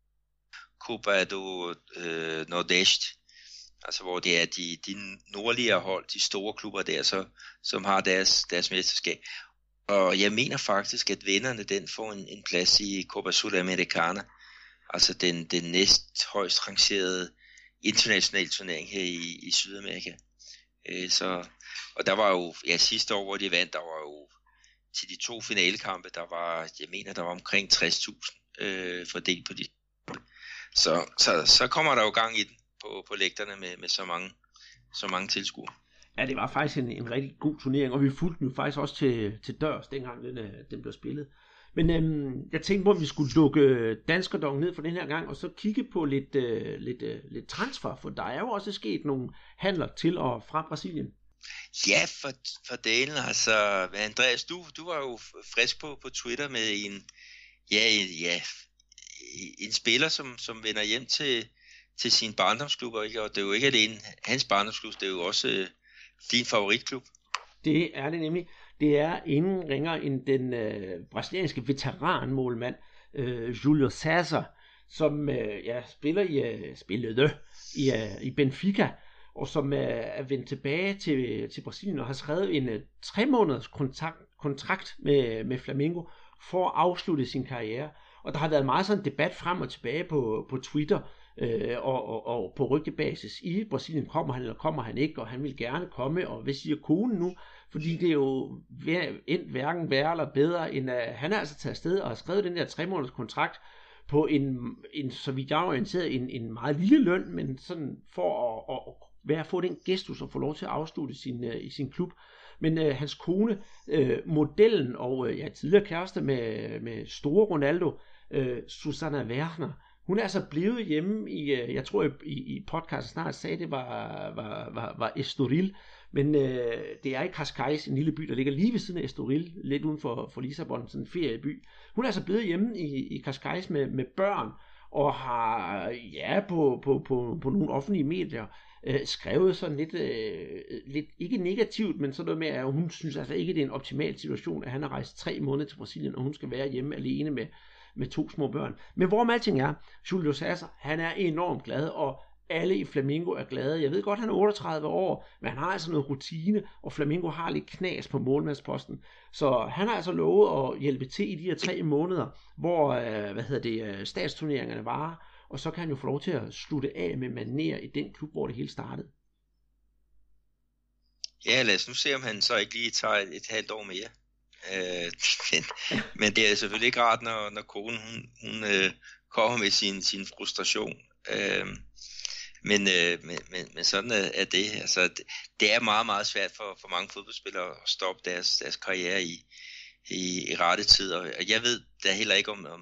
Copa do øh, Nordeste. Altså hvor det er de, de nordligere hold, de store klubber der, så, som har deres, deres mesterskab. Og jeg mener faktisk, at vinderne den får en, en plads i Copa Sudamericana, altså den, den næst højst rangerede internationale turnering her i, i Sydamerika. Øh, så, og der var jo, ja sidste år, hvor de vandt, der var jo til de to finalekampe, der var, jeg mener, der var omkring tres tusind øh, fordelt på de. Så, så, så kommer der jo gang i den på, på lægterne med, med så mange, så mange tilskuere. Ja, det var faktisk en, en rigtig god turnering, og vi fulgte den jo faktisk også til, til dørs, dengang den, den blev spillet. Men øhm, jeg tænkte på, at vi skulle lukke Danskerdong ned for den her gang, og så kigge på lidt, øh, lidt, øh, lidt transfer, for der er jo også sket nogle handler til og fra Brasilien. Ja, for, for delen, altså, Andreas, du, du var jo frisk på, på Twitter med en, ja, en, ja, en spiller, som, som vender hjem til, til sin barndomsklub, ikke? Og det er jo ikke alene hans barndomsklub, det er jo også øh, din favoritklub. Det er det nemlig. Det er ingen ringer end den øh, brasilianske veteranmålmand øh, Julio César, som øh, ja, spiller i, øh, spillede i, øh, i Benfica, og som øh, er vendt tilbage til, til Brasilien og har skrevet en øh, tre måneders kontrakt, kontrakt med, med Flamengo for at afslutte sin karriere. Og der har været meget sådan en debat frem og tilbage på, på Twitter øh, og, og, og på rygtebasis i Brasilien. Kommer han eller kommer han ikke, og han vil gerne komme, og hvad siger konen nu? Fordi det er jo endt hverken værre eller bedre, end at han er altså taget afsted og har skrevet den der tre måneders kontrakt på en, en så vidt jeg er orienteret, en, en meget lille løn, men sådan for at, at være at få den gestus og få lov til at afslutte sin, uh, i sin klub. Men uh, hans kone, uh, modellen og uh, ja, tidligere kæreste med, med store Ronaldo, uh, Susana Werner, hun er altså blevet hjemme i, uh, jeg tror i, i podcasten snart sagde, det var, var, var, var Estoril, men øh, det er i Cascais, en lille by, der ligger lige ved siden af Estoril, lidt uden for, for Lissabon, sådan en ferieby. Hun er altså blevet hjemme i, i Cascais med, med børn, og har ja, på, på, på, på nogle offentlige medier øh, skrevet sådan lidt, øh, lidt, ikke negativt, men sådan noget med, at hun synes altså ikke, det er en optimal situation, at han har rejst tre måneder til Brasilien, og hun skal være hjemme alene med, med to små børn. Men hvorom alting er, Julio César, han er enormt glad, og alle i Flamengo er glade. Jeg ved godt, han er otteogtredive år, men han har altså noget rutine, og Flamengo har lidt knas på målmandsposten. Så han har altså lovet at hjælpe til i de her tre måneder, hvor øh, hvad hedder det, statsturneringerne varer, og så kan han jo få lov til at slutte af med manér i den klub, hvor det hele startede. Ja, lad os nu se, om han så ikke lige tager et, et halvt år mere. Øh, men, men det er selvfølgelig ikke rart, når, når konen hun, hun øh, kommer med sin, sin frustration. Øh, Men, øh, men, men, men sådan er, er det. Altså, det. Det er meget, meget svært for, for mange fodboldspillere at stoppe deres, deres karriere i, i, i rette tid. Og jeg ved da heller ikke, om, om, om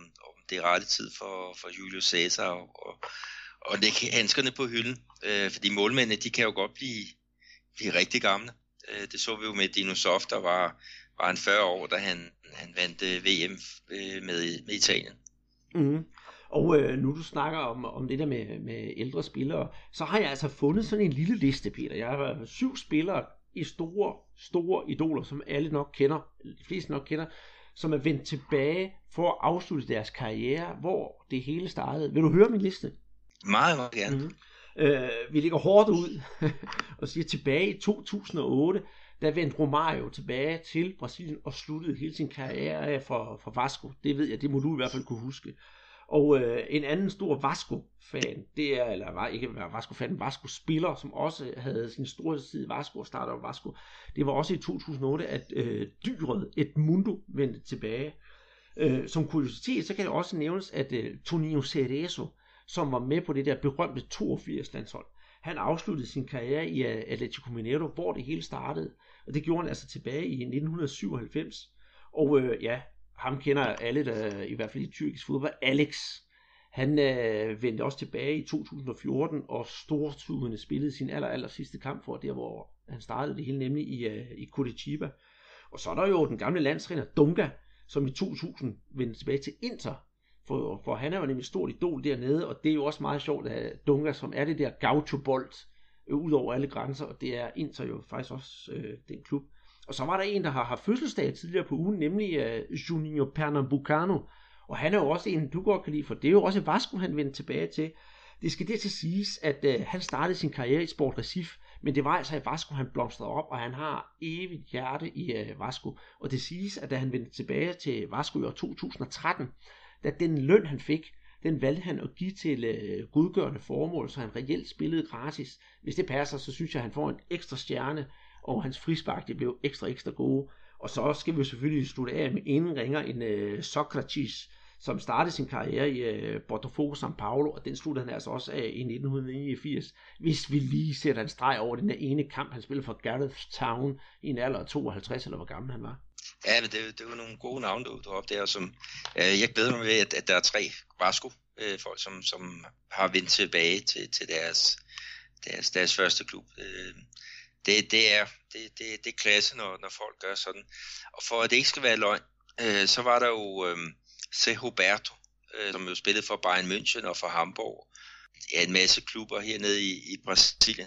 det er rette tid for, for Julio César og, og, og lægge handskerne på hylden. Øh, fordi målmændene, de kan jo godt blive, blive rigtig gamle. Øh, det så vi jo med Dino Soft, der var, var han fyrre år, da han, han vandt øh, V M øh, med, med Italien. Mm. Og øh, nu du snakker om, om det der med, med ældre spillere, så har jeg altså fundet sådan en lille liste, Peter. Jeg har syv spillere i store, store idoler, som alle nok kender, de fleste nok kender, som er vendt tilbage for at afslutte deres karriere, hvor det hele startede. Vil du høre min liste? Meget, meget gerne. Mm-hmm. Øh, vi ligger hårdt ud og siger tilbage i to tusind og otte, der vendte Romario tilbage til Brasilien og sluttede hele sin karriere af for, for Vasco. Det ved jeg, det må du i hvert fald kunne huske. Og øh, en anden stor Vasco-fan, det er, eller var ikke Vasco-fan, Vasco-spiller, som også havde sin store tid i Vasco og startede op Vasco. Det var også i to tusind og otte, at øh, dyret Edmundo vendte tilbage. Øh, som kuriositet, så kan det også nævnes, at øh, Toninho Cerezo, som var med på det der berømte toogfirs-landshold, han afsluttede sin karriere i Atlético Mineiro, hvor det hele startede. Og det gjorde han altså tilbage i nitten syvoghalvfems. Og øh, ja, ham kender alle, der, i hvert fald i tyrkisk fodbold, Alex. Han øh, vendte også tilbage i to tusind og fjorten, og stortugende spillede sin aller, aller sidste kamp for der, hvor han startede det hele, nemlig i, øh, i Curitiba. Og så er der jo den gamle landstræner Dunga, som i to tusind vendte tilbage til Inter, for, for han er jo nemlig stort idol dernede, og det er jo også meget sjovt, at Dunga, som er det der gaucho-bold, øh, ud over alle grænser, og det er Inter jo faktisk også øh, den klub. Og så var der en, der har haft fødselsdag tidligere på ugen, nemlig uh, Juninho Pernambucano. Og han er jo også en, du godt kan lide, for det er jo også Vasco, han vendte tilbage til. Det skal dertil siges, at uh, han startede sin karriere i Sport Recife, men det var altså i Vasco, han blomstrede op, og han har evigt hjerte i uh, Vasco. Og det siges, at da han vendte tilbage til Vasco i år to tusind og tretten, da den løn, han fik, den valgte han at give til uh, godgørende formål, så han reelt spillede gratis. Hvis det passer, så synes jeg, at han får en ekstra stjerne, og hans frispark, det blev ekstra, ekstra gode. Og så skal vi jo selvfølgelig slutte af med ingen ringer end uh, Socrates, som startede sin karriere i uh, Botafogo São Paulo, og den sluttede han altså også af i nitten niogfirs, hvis vi lige sætter en streg over den der ene kamp, han spillede for Gareth Town i en alder af tooghalvtreds, eller hvor gammel han var. Ja, men det, det var nogle gode navne, du tog op der, som øh, jeg glæder mig ved, at, at der er tre Vasco-folk, øh, som, som har vendt tilbage til, til deres, deres, deres første klub. Øh, Det, det, er, det, det, det er klasse, når, når folk gør sådan. Og for at det ikke skal være løgn, øh, så var der jo øh, C. Roberto, øh, som jo spillede for Bayern München og for Hamburg. Ja, en masse klubber hernede i, i Brasilien.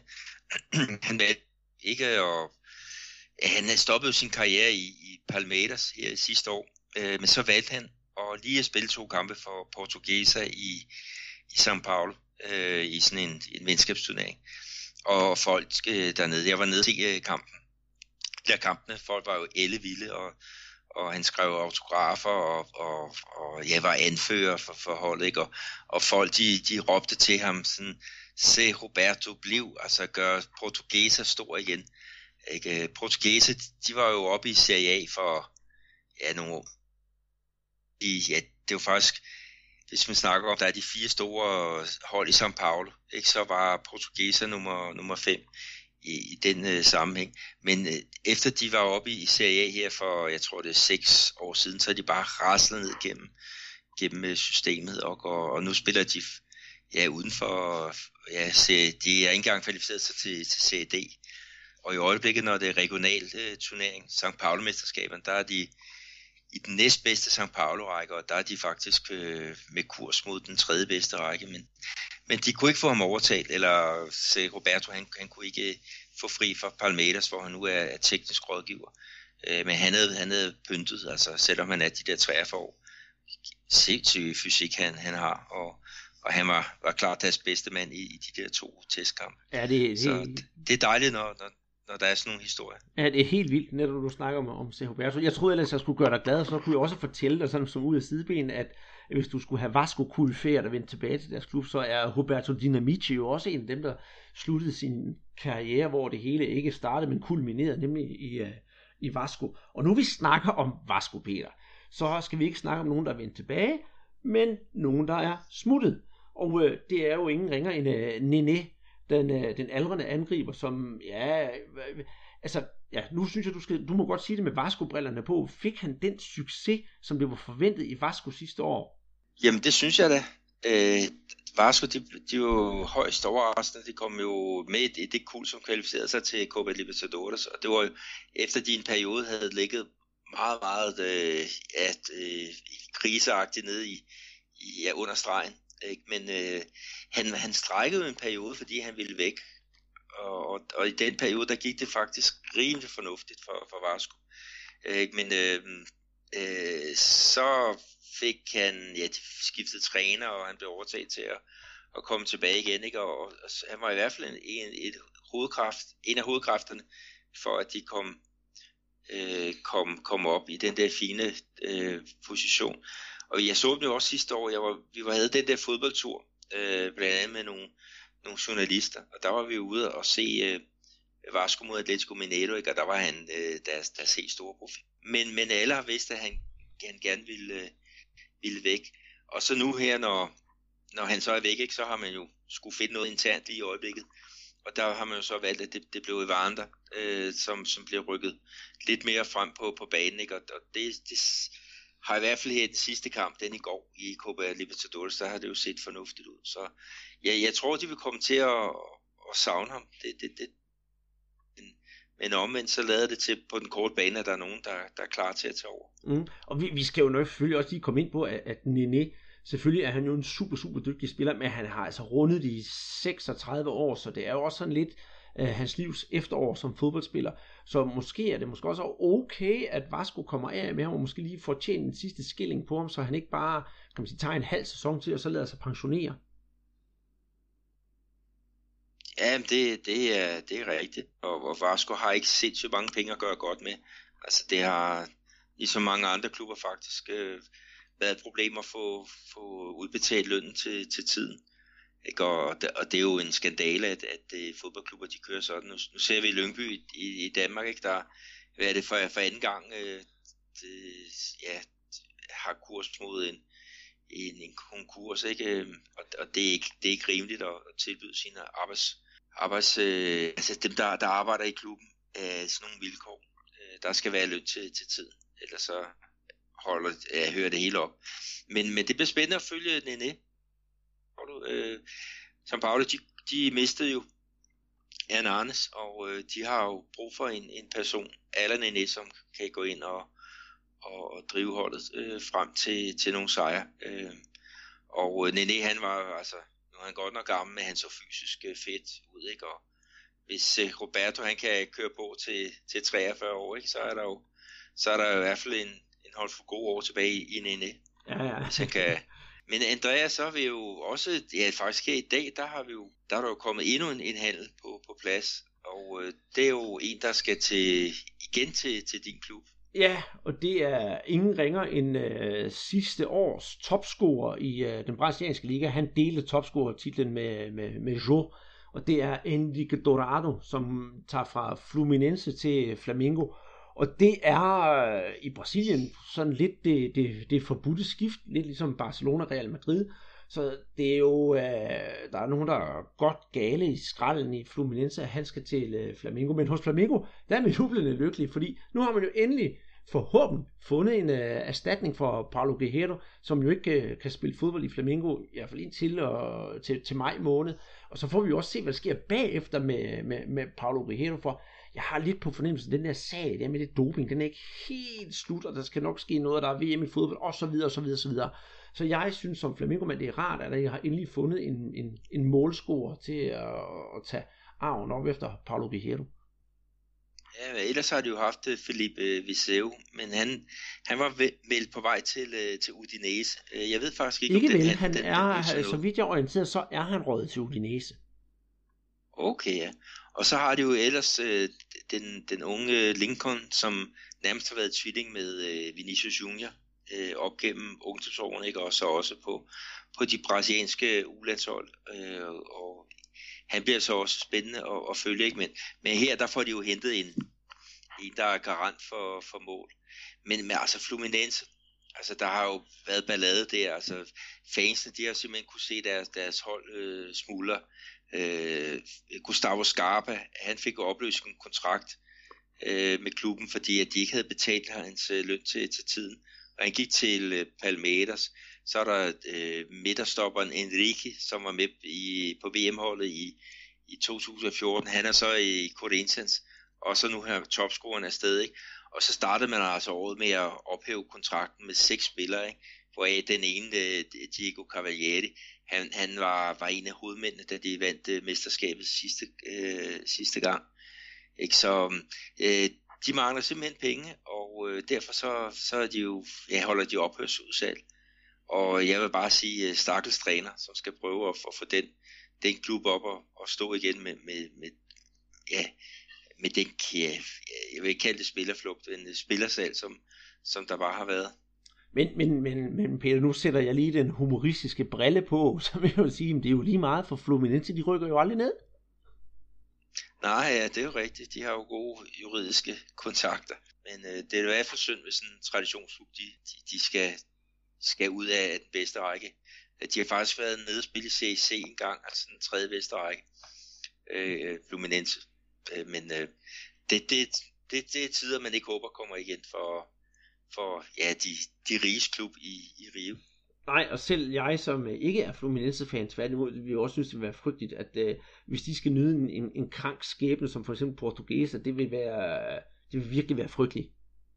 Han valgte ikke, og ja, han stoppede sin karriere i, i Palmeiras her sidste år. Øh, men så valgte han at lige at spille to kampe for Portuguesa i, i São Paulo, øh, i sådan en, en venskabsturnering. Og folk øh, dernede, jeg var nede til øh, kampen, der kampene, folk var jo ellevilde, og, og han skrev autografer, og, og, og jeg var anfører for, for holdet, ikke? Og, og folk, de, de råbte til ham sådan, se Roberto, bliv, altså gør Portuguesa stor igen, ikke? Portuguesa, de var jo oppe i Serie A for, ja, nogle år. De, ja, det var faktisk, hvis man snakker om, der er de fire store hold i São Paulo, ikke, så var Portuguesa nummer, nummer fem i, i den øh, sammenhæng. Men øh, efter de var oppe i Serie A her for, jeg tror det er seks år siden, så er de bare raslet ned gennem, gennem øh, systemet, og, og, og nu spiller de ja, uden for, ja, de er ikke engang kvalificeret sig til, til Serie D. Og i øjeblikket, når det er regional øh, turnering, São Paulo-mesterskaberne, der er de i den næstbedste São Paulo-række, og der er de faktisk øh, med kurs mod den tredje bedste række, men, men de kunne ikke få ham overtalt, eller se Roberto, han, han kunne ikke få fri fra Palmeiras, hvor han nu er, er teknisk rådgiver. Øh, men han havde, han havde pyntet, altså selvom han er de der treogfyrre år, sindssyg fysik han, han har, og, og han var, var klart deres bedste mand i, i de der to testkampe. Ja, det, det, Så det, det er dejligt, når, når når der er sådan nogle historier. Ja, det er helt vildt, når du snakker om, om C. Roberto. Jeg troede ellers, jeg skulle gøre dig glad, så kunne jeg også fortælle dig sådan som ud af sidebenen, at hvis du skulle have Vasco-kulfærd og vende tilbage til deres klub, så er Roberto Dinamici jo også en af dem, der sluttede sin karriere, hvor det hele ikke startede, men kulminerede, nemlig i, uh, i Vasco. Og nu vi snakker om Vasco, Peter, så skal vi ikke snakke om nogen, der er vendt tilbage, men nogen, der er smuttet. Og uh, det er jo ingen ringer end uh, Nené, Den, den aldrende angriber, som, ja, altså, ja, nu synes jeg, du, skal, du må godt sige det med Vasco-brillerne på. Fik han den succes, som det var forventet i Vasco sidste år? Jamen det synes jeg da. Øh, Vasco, de, de var jo højst overraskende. De kom jo med i det kul, som kvalificerede sig til Copa Libertadores, og det var jo efter de en periode havde ligget meget, meget øh, at, øh, kriseagtigt nede i, i ja, under stregen. Ikke? Men øh, han, han strækkede jo en periode, fordi han ville væk. Og, og, og i den periode, der gik det faktisk rimelig fornuftigt for, for Vasco. Øh, men øh, øh, så fik han, ja, skiftet træner, og han blev overtaget til at, at komme tilbage igen, ikke? Og, og, og han var i hvert fald en, en, et hovedkraft, en af hovedkræfterne for, at de kom, øh, kom, kom op i den der fine øh, position. Og jeg så dem jo også sidste år, jeg var, vi var, havde den der fodboldtur, øh, blandt andet med nogle, nogle journalister, og der var vi ude og se øh, Vasco mod Atletico Mineiro, ikke? Og der var han øh, deres, deres helt store profil. Men, men alle har vidst, at han, han gerne ville, øh, ville væk. Og så nu her, når, når han så er væk, ikke, så har man jo skulle finde noget internt lige i øjeblikket. Og der har man jo så valgt, at det, det blev Evander, øh, som, som bliver rykket lidt mere frem på, på banen. Ikke? Og, og det, det har i hvert fald her i den sidste kamp, den i går i Copa Libertadores, der har det jo set fornuftigt ud. Så ja, jeg tror, de vil komme til at, at savne ham. Det, det, det. Men omvendt så lader det til på den korte bane, at der er nogen, der, der er klar til at tage over. Mm. Og vi, vi skal jo nok selvfølgelig også lige komme ind på, at, at Néné, selvfølgelig er han jo en super, super dygtig spiller, men han har altså rundet de seksogtredive år, så det er jo også sådan lidt øh, hans livs efterår som fodboldspiller. Så måske er det måske også okay, at Vasco kommer af med ham, og måske lige får tjent en sidste skilling på ham, så han ikke bare, kan man sige, tager en halv sæson til, og så lader sig pensionere. Ja, det, det, er, det er rigtigt, og, og Vasco har ikke sindssygt mange penge at gøre godt med. Altså det har, ligesom mange andre klubber faktisk, øh, været et problem at få, få udbetalt lønnen til, til tiden. Ikke? Og, og det er jo en skandale, at, at, at fodboldklubber de kører sådan. Nu, nu ser vi Lyngby i, i, i Danmark, ikke? Der hvad er det for, for anden gang, øh, det, ja, har kurs mod en, en, en konkurs, ikke? Og, og det, er ikke, det er ikke rimeligt at, at tilbyde sine arbejds Arbejds, øh, altså dem, der, der arbejder i klubben, øh, sådan nogle vilkår. Øh, der skal være løn til, til tiden, ellers så holder, øh, hører det hele op. Men, men det bliver spændende at følge Néné. Øh, São Paulo, de, de mistede jo Hernanes, og øh, de har jo brug for en, en person, Alan Néné, som kan gå ind og, og, og drive holdet øh, frem til, til nogle sejre. Øh, og Néné, han var altså... Nu er han godt nok gammel, men han så fysisk fedt ud, ikke? Og hvis uh, Roberto han kan køre på til, til treogfyrre år, ikke? Så er der jo så er der jo i hvert fald en, en hold for gode år tilbage i, i Néné. Ja, ja. Hvis han kan. Men Andreas, så har vi jo også, ja faktisk her i dag, der har vi jo, der er der jo kommet endnu en, en handel på, på plads. Og uh, det er jo en, der skal til igen til, til din klub. Ja, og det er ingen ringer end øh, sidste års topscorer i øh, den brasilianske liga. Han delte topscorer-titlen med, med, med Jo, og det er Henrique Dourado, som tager fra Fluminense til Flamengo. Og det er øh, i Brasilien sådan lidt det, det, det forbudte skift, lidt ligesom Barcelona og Real Madrid. Så det er jo, øh, der er nogen, der er godt gale i skralden i Fluminense, at han skal til øh, Flamengo. Men hos Flamengo, der er man jublende lykkelig, fordi nu har man jo endelig forhåbentlig fundet en øh, erstatning for Paulo Guerrero, som jo ikke øh, kan spille fodbold i Flamengo, i hvert fald indtil og, til, til maj måned. Og så får vi jo også se, hvad der sker bagefter med, med, med Paulo Guerrero, for jeg har lidt på fornemmelsen, den der sag der med det doping, den er ikke helt slut, og der skal nok ske noget, der er V M i fodbold, og så videre, og så videre, og så videre. Så jeg synes som Flamengo-mand, det er rart, at jeg har endelig fundet en, en, en målscorer til at, at tage arven op efter Paulo Guerrero. Ja, ellers har de jo haft Felipe Viseu, men han, han var meldt på vej til, til Udinese. Jeg ved faktisk ikke, ikke om den, vel, han, han den, er, den så vidt jeg orienteret, så er han røget til Udinese. Okay, ja. Og så har de jo ellers øh, den, den unge Lincoln, som nærmest har været tvilling med øh, Vinicius Junior øh, op gennem ungdomsårene, ikke? Og så også på, på de brasilianske U-landshold. Øh, og han bliver så også spændende at, at følge, ikke? Men, men her der får de jo hentet en, en der er garant for, for mål. Men med altså Fluminense, altså der har jo været ballade der, altså fansene, de har simpelthen kunne se deres, deres hold øh, smuldre. Øh, Gustavo Scarpa, han fik jo opløst en kontrakt øh, med klubben, fordi at de ikke havde betalt hans øh, løn til, til tiden, og han gik til øh, Palmeiras. Så er der øh, midterstopperen Enrique, som var med i, på V M-holdet i, i to tusind og fjorten. Han er så i Corinthians, og så nu her topscoreren afsted, ikke? Og så startede man altså året med at ophæve kontrakten med seks spillere, ikke? Hvoraf den ene, Diego Cavalieri, han, han var, var en af hovedmændene, da de vandt uh, mesterskabet sidste, øh, sidste gang. Ikke? Så øh, de mangler simpelthen penge, og øh, derfor så, så er de jo, ja, holder de ophørsudsalg. Og jeg vil bare sige, uh, stakkels træner, som skal prøve at, at få den, den klub op og, og stå igen med, med, med, ja, med den, ja, jeg vil ikke kalde det spillerflugt, men spillersalg, som, som der bare har været. Men, men, men, men Peter, nu sætter jeg lige den humoristiske brille på, så vil jeg jo sige, at det er jo lige meget for Fluminense, de rykker jo aldrig ned. Nej, ja, det er jo rigtigt. De har jo gode juridiske kontakter. Men øh, det er jo i hvert fald synd, hvis en traditionsklub, de, de, de skal, skal ud af den bedste række. De har faktisk været nede og spille i C E C en gang, altså den tredje bedste række, øh, Fluminense. Øh, men øh, det, det, det, det er tider, man ikke håber kommer igen for... for ja, de, de riges klub i, i Rio. Nej, og selv jeg, som ikke er Fluminense-fan, tværtimod, vil jo også synes, det vil være frygteligt, at øh, hvis de skal nyde en, en, en krank skæbne, som for eksempel Portuguesa, det vil være, det vil virkelig være frygteligt.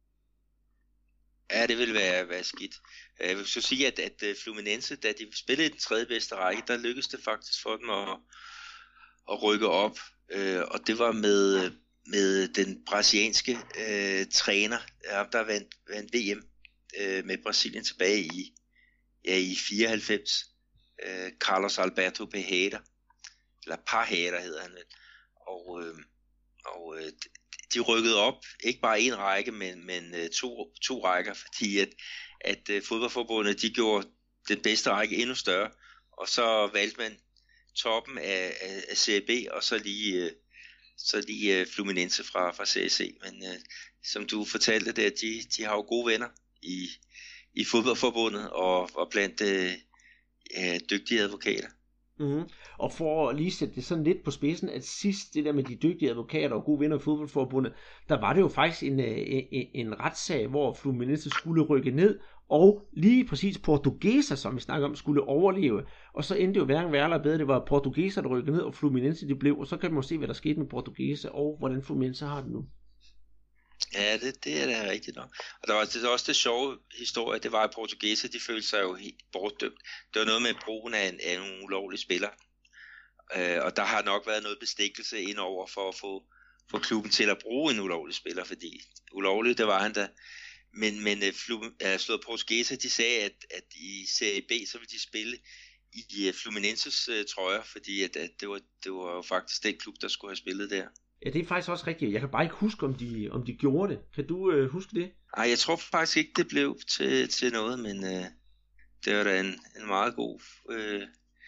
Ja, det vil være, være skidt. Jeg vil så sige, at, at Fluminense, da de spillede i den tredje bedste række, der lykkedes det faktisk for dem at, at rykke op, øh, og det var med... med den brasilianske øh, træner, der vandt, vandt V M øh, med Brasilien tilbage i, ja, i fireoghalvfems. Øh, Carlos Alberto Parreira, eller Parreira hedder han vel. Og, øh, og øh, de rykkede op, ikke bare en række, men, men øh, to, to rækker, fordi at, at øh, fodboldforbundet, de gjorde den bedste række endnu større, og så valgte man toppen af, af, af Serie B, og så lige... Øh, så lige uh, Fluminense fra, fra C E C, men uh, som du fortalte det, de, de har jo gode venner i, i fodboldforbundet og, og blandt uh, uh, dygtige advokater. Mm-hmm. Og for at lige sætte det sådan lidt på spidsen, at sidst det der med de dygtige advokater og gode venner i fodboldforbundet, der var det jo faktisk en, en, en retssag, hvor Fluminense skulle rykke ned, og lige præcis Portuguesa, som vi snakker om, skulle overleve. Og så endte det jo hverken værre eller bedre. Det var Portuguesa, der rykkede ned, og Fluminense det blev. Og så kan man jo se, hvad der skete med Portuguesa, og hvordan Fluminense har det nu. Ja, det, det er da rigtigt nok. Og der var det, også det sjove historie, det var, at Portuguesa, de følte sig jo helt bortdømt. Det var noget med brugen af, en, af nogle ulovlige spillere. Øh, og der har nok været noget bestikkelse indover for at få, få klubben til at bruge en ulovlig spiller, fordi ulovligt, det var han da. Men, men uh, slået Portuguesa, de sagde, at, at i Serie B, så ville de spille i uh, Fluminenses uh, trøjer, fordi at, at det, var, det var jo faktisk den klub, der skulle have spillet der. Ja, det er faktisk også rigtigt. Jeg kan bare ikke huske, om de, om de gjorde det. Kan du uh, huske det? Nej, jeg tror faktisk ikke, det blev til, til noget, men uh, det var da en, en meget god, uh,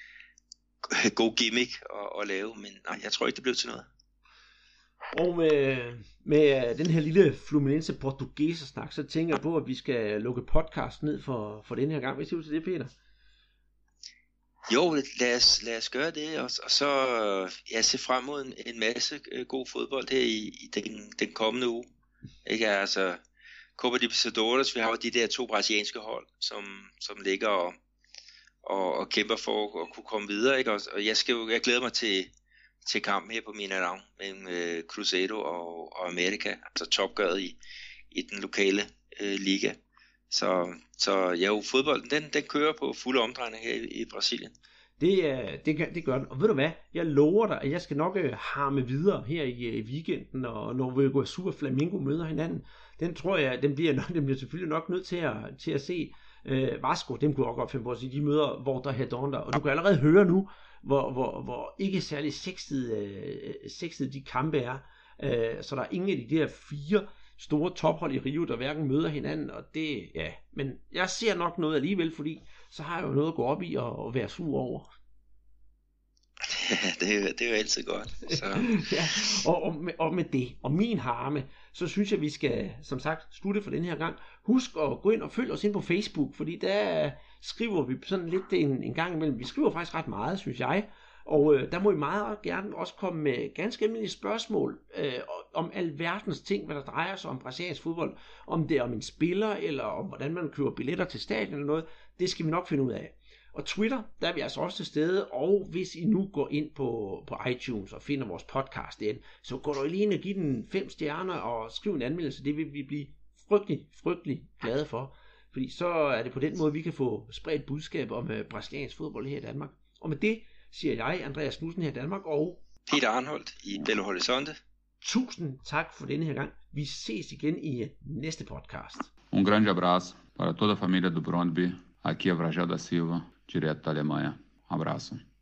god gimmick at, at lave, men nej, jeg tror ikke, det blev til noget. Og med, med den her lille Fluminense Portuguesa snak, så tænker jeg på, at vi skal lukke podcast ned for, for den her gang. Hvad siger du til det, Peter? Jo, lad os, lad os gøre det, og, og så ja, se frem mod en, en masse god fodbold her i, i den, den kommende uge. Ikke, altså, Copa Libertadores, vi har jo de der to brasilianske hold, som, som ligger og, og, og kæmper for at kunne komme videre, ikke? Og, og jeg, skal jo, jeg glæder mig til, til kampen her på Mineirão mellem øh, Cruzeiro og, og America, altså topgøret i, i den lokale øh, liga. Så, så ja, jo, fodbolden, den, den kører på fulde omdrejninger her i, i Brasilien. Det, det, det gør den. Og ved du hvad? Jeg lover dig, at jeg skal nok harme videre her i, i weekenden, og når Uruguaçu og Flamengo møder hinanden. Den tror jeg, den bliver, den bliver selvfølgelig nok nødt til at, til at se. Øh, Vasco, dem kunne jeg godt finde på at sige, de møder Volta Redonda, og du kan allerede høre nu, hvor, hvor, hvor ikke særlig sexede, øh, sexede de kampe er. Øh, så der er ingen af de der fire store tophold i Rio, der hverken møder hinanden, og det, ja, men jeg ser nok noget alligevel, fordi så har jeg jo noget at gå op i og, og være sur over. Ja, det er, det er jo altid godt. Så. Ja, og, og, med, og med det, og min harme, så synes jeg, vi skal, som sagt, slutte for den her gang. Husk at gå ind og følge os ind på Facebook, fordi der skriver vi sådan lidt en, en gang imellem. Vi skriver faktisk ret meget, synes jeg. Og øh, der må I meget gerne også komme med ganske almindelige spørgsmål øh, om alverdens ting, hvad der drejer sig om brasiliansk fodbold. Om det er om en spiller, eller om hvordan man køber billetter til stadion eller noget. Det skal vi nok finde ud af. Og Twitter, der er vi altså også til stede, og hvis I nu går ind på, på iTunes og finder vores podcast igen, så går du lige ind og giv den fem stjerner og skriv en anmeldelse. Det vil vi blive frygtelig, frygtelig glade for. Fordi så er det på den måde, vi kan få spredt budskab om uh, brasiliansk fodbold her i Danmark. Og med det siger jeg, Andreas Knudsen her i Danmark, og Peter Arnholdt i Belo Horizonte. Tusind tak for denne her gang. Vi ses igen i næste podcast. Um grande abraço para toda a família do Brondby. Aqui é Vrajel da Silva, direto da Alemanha. Um abraço.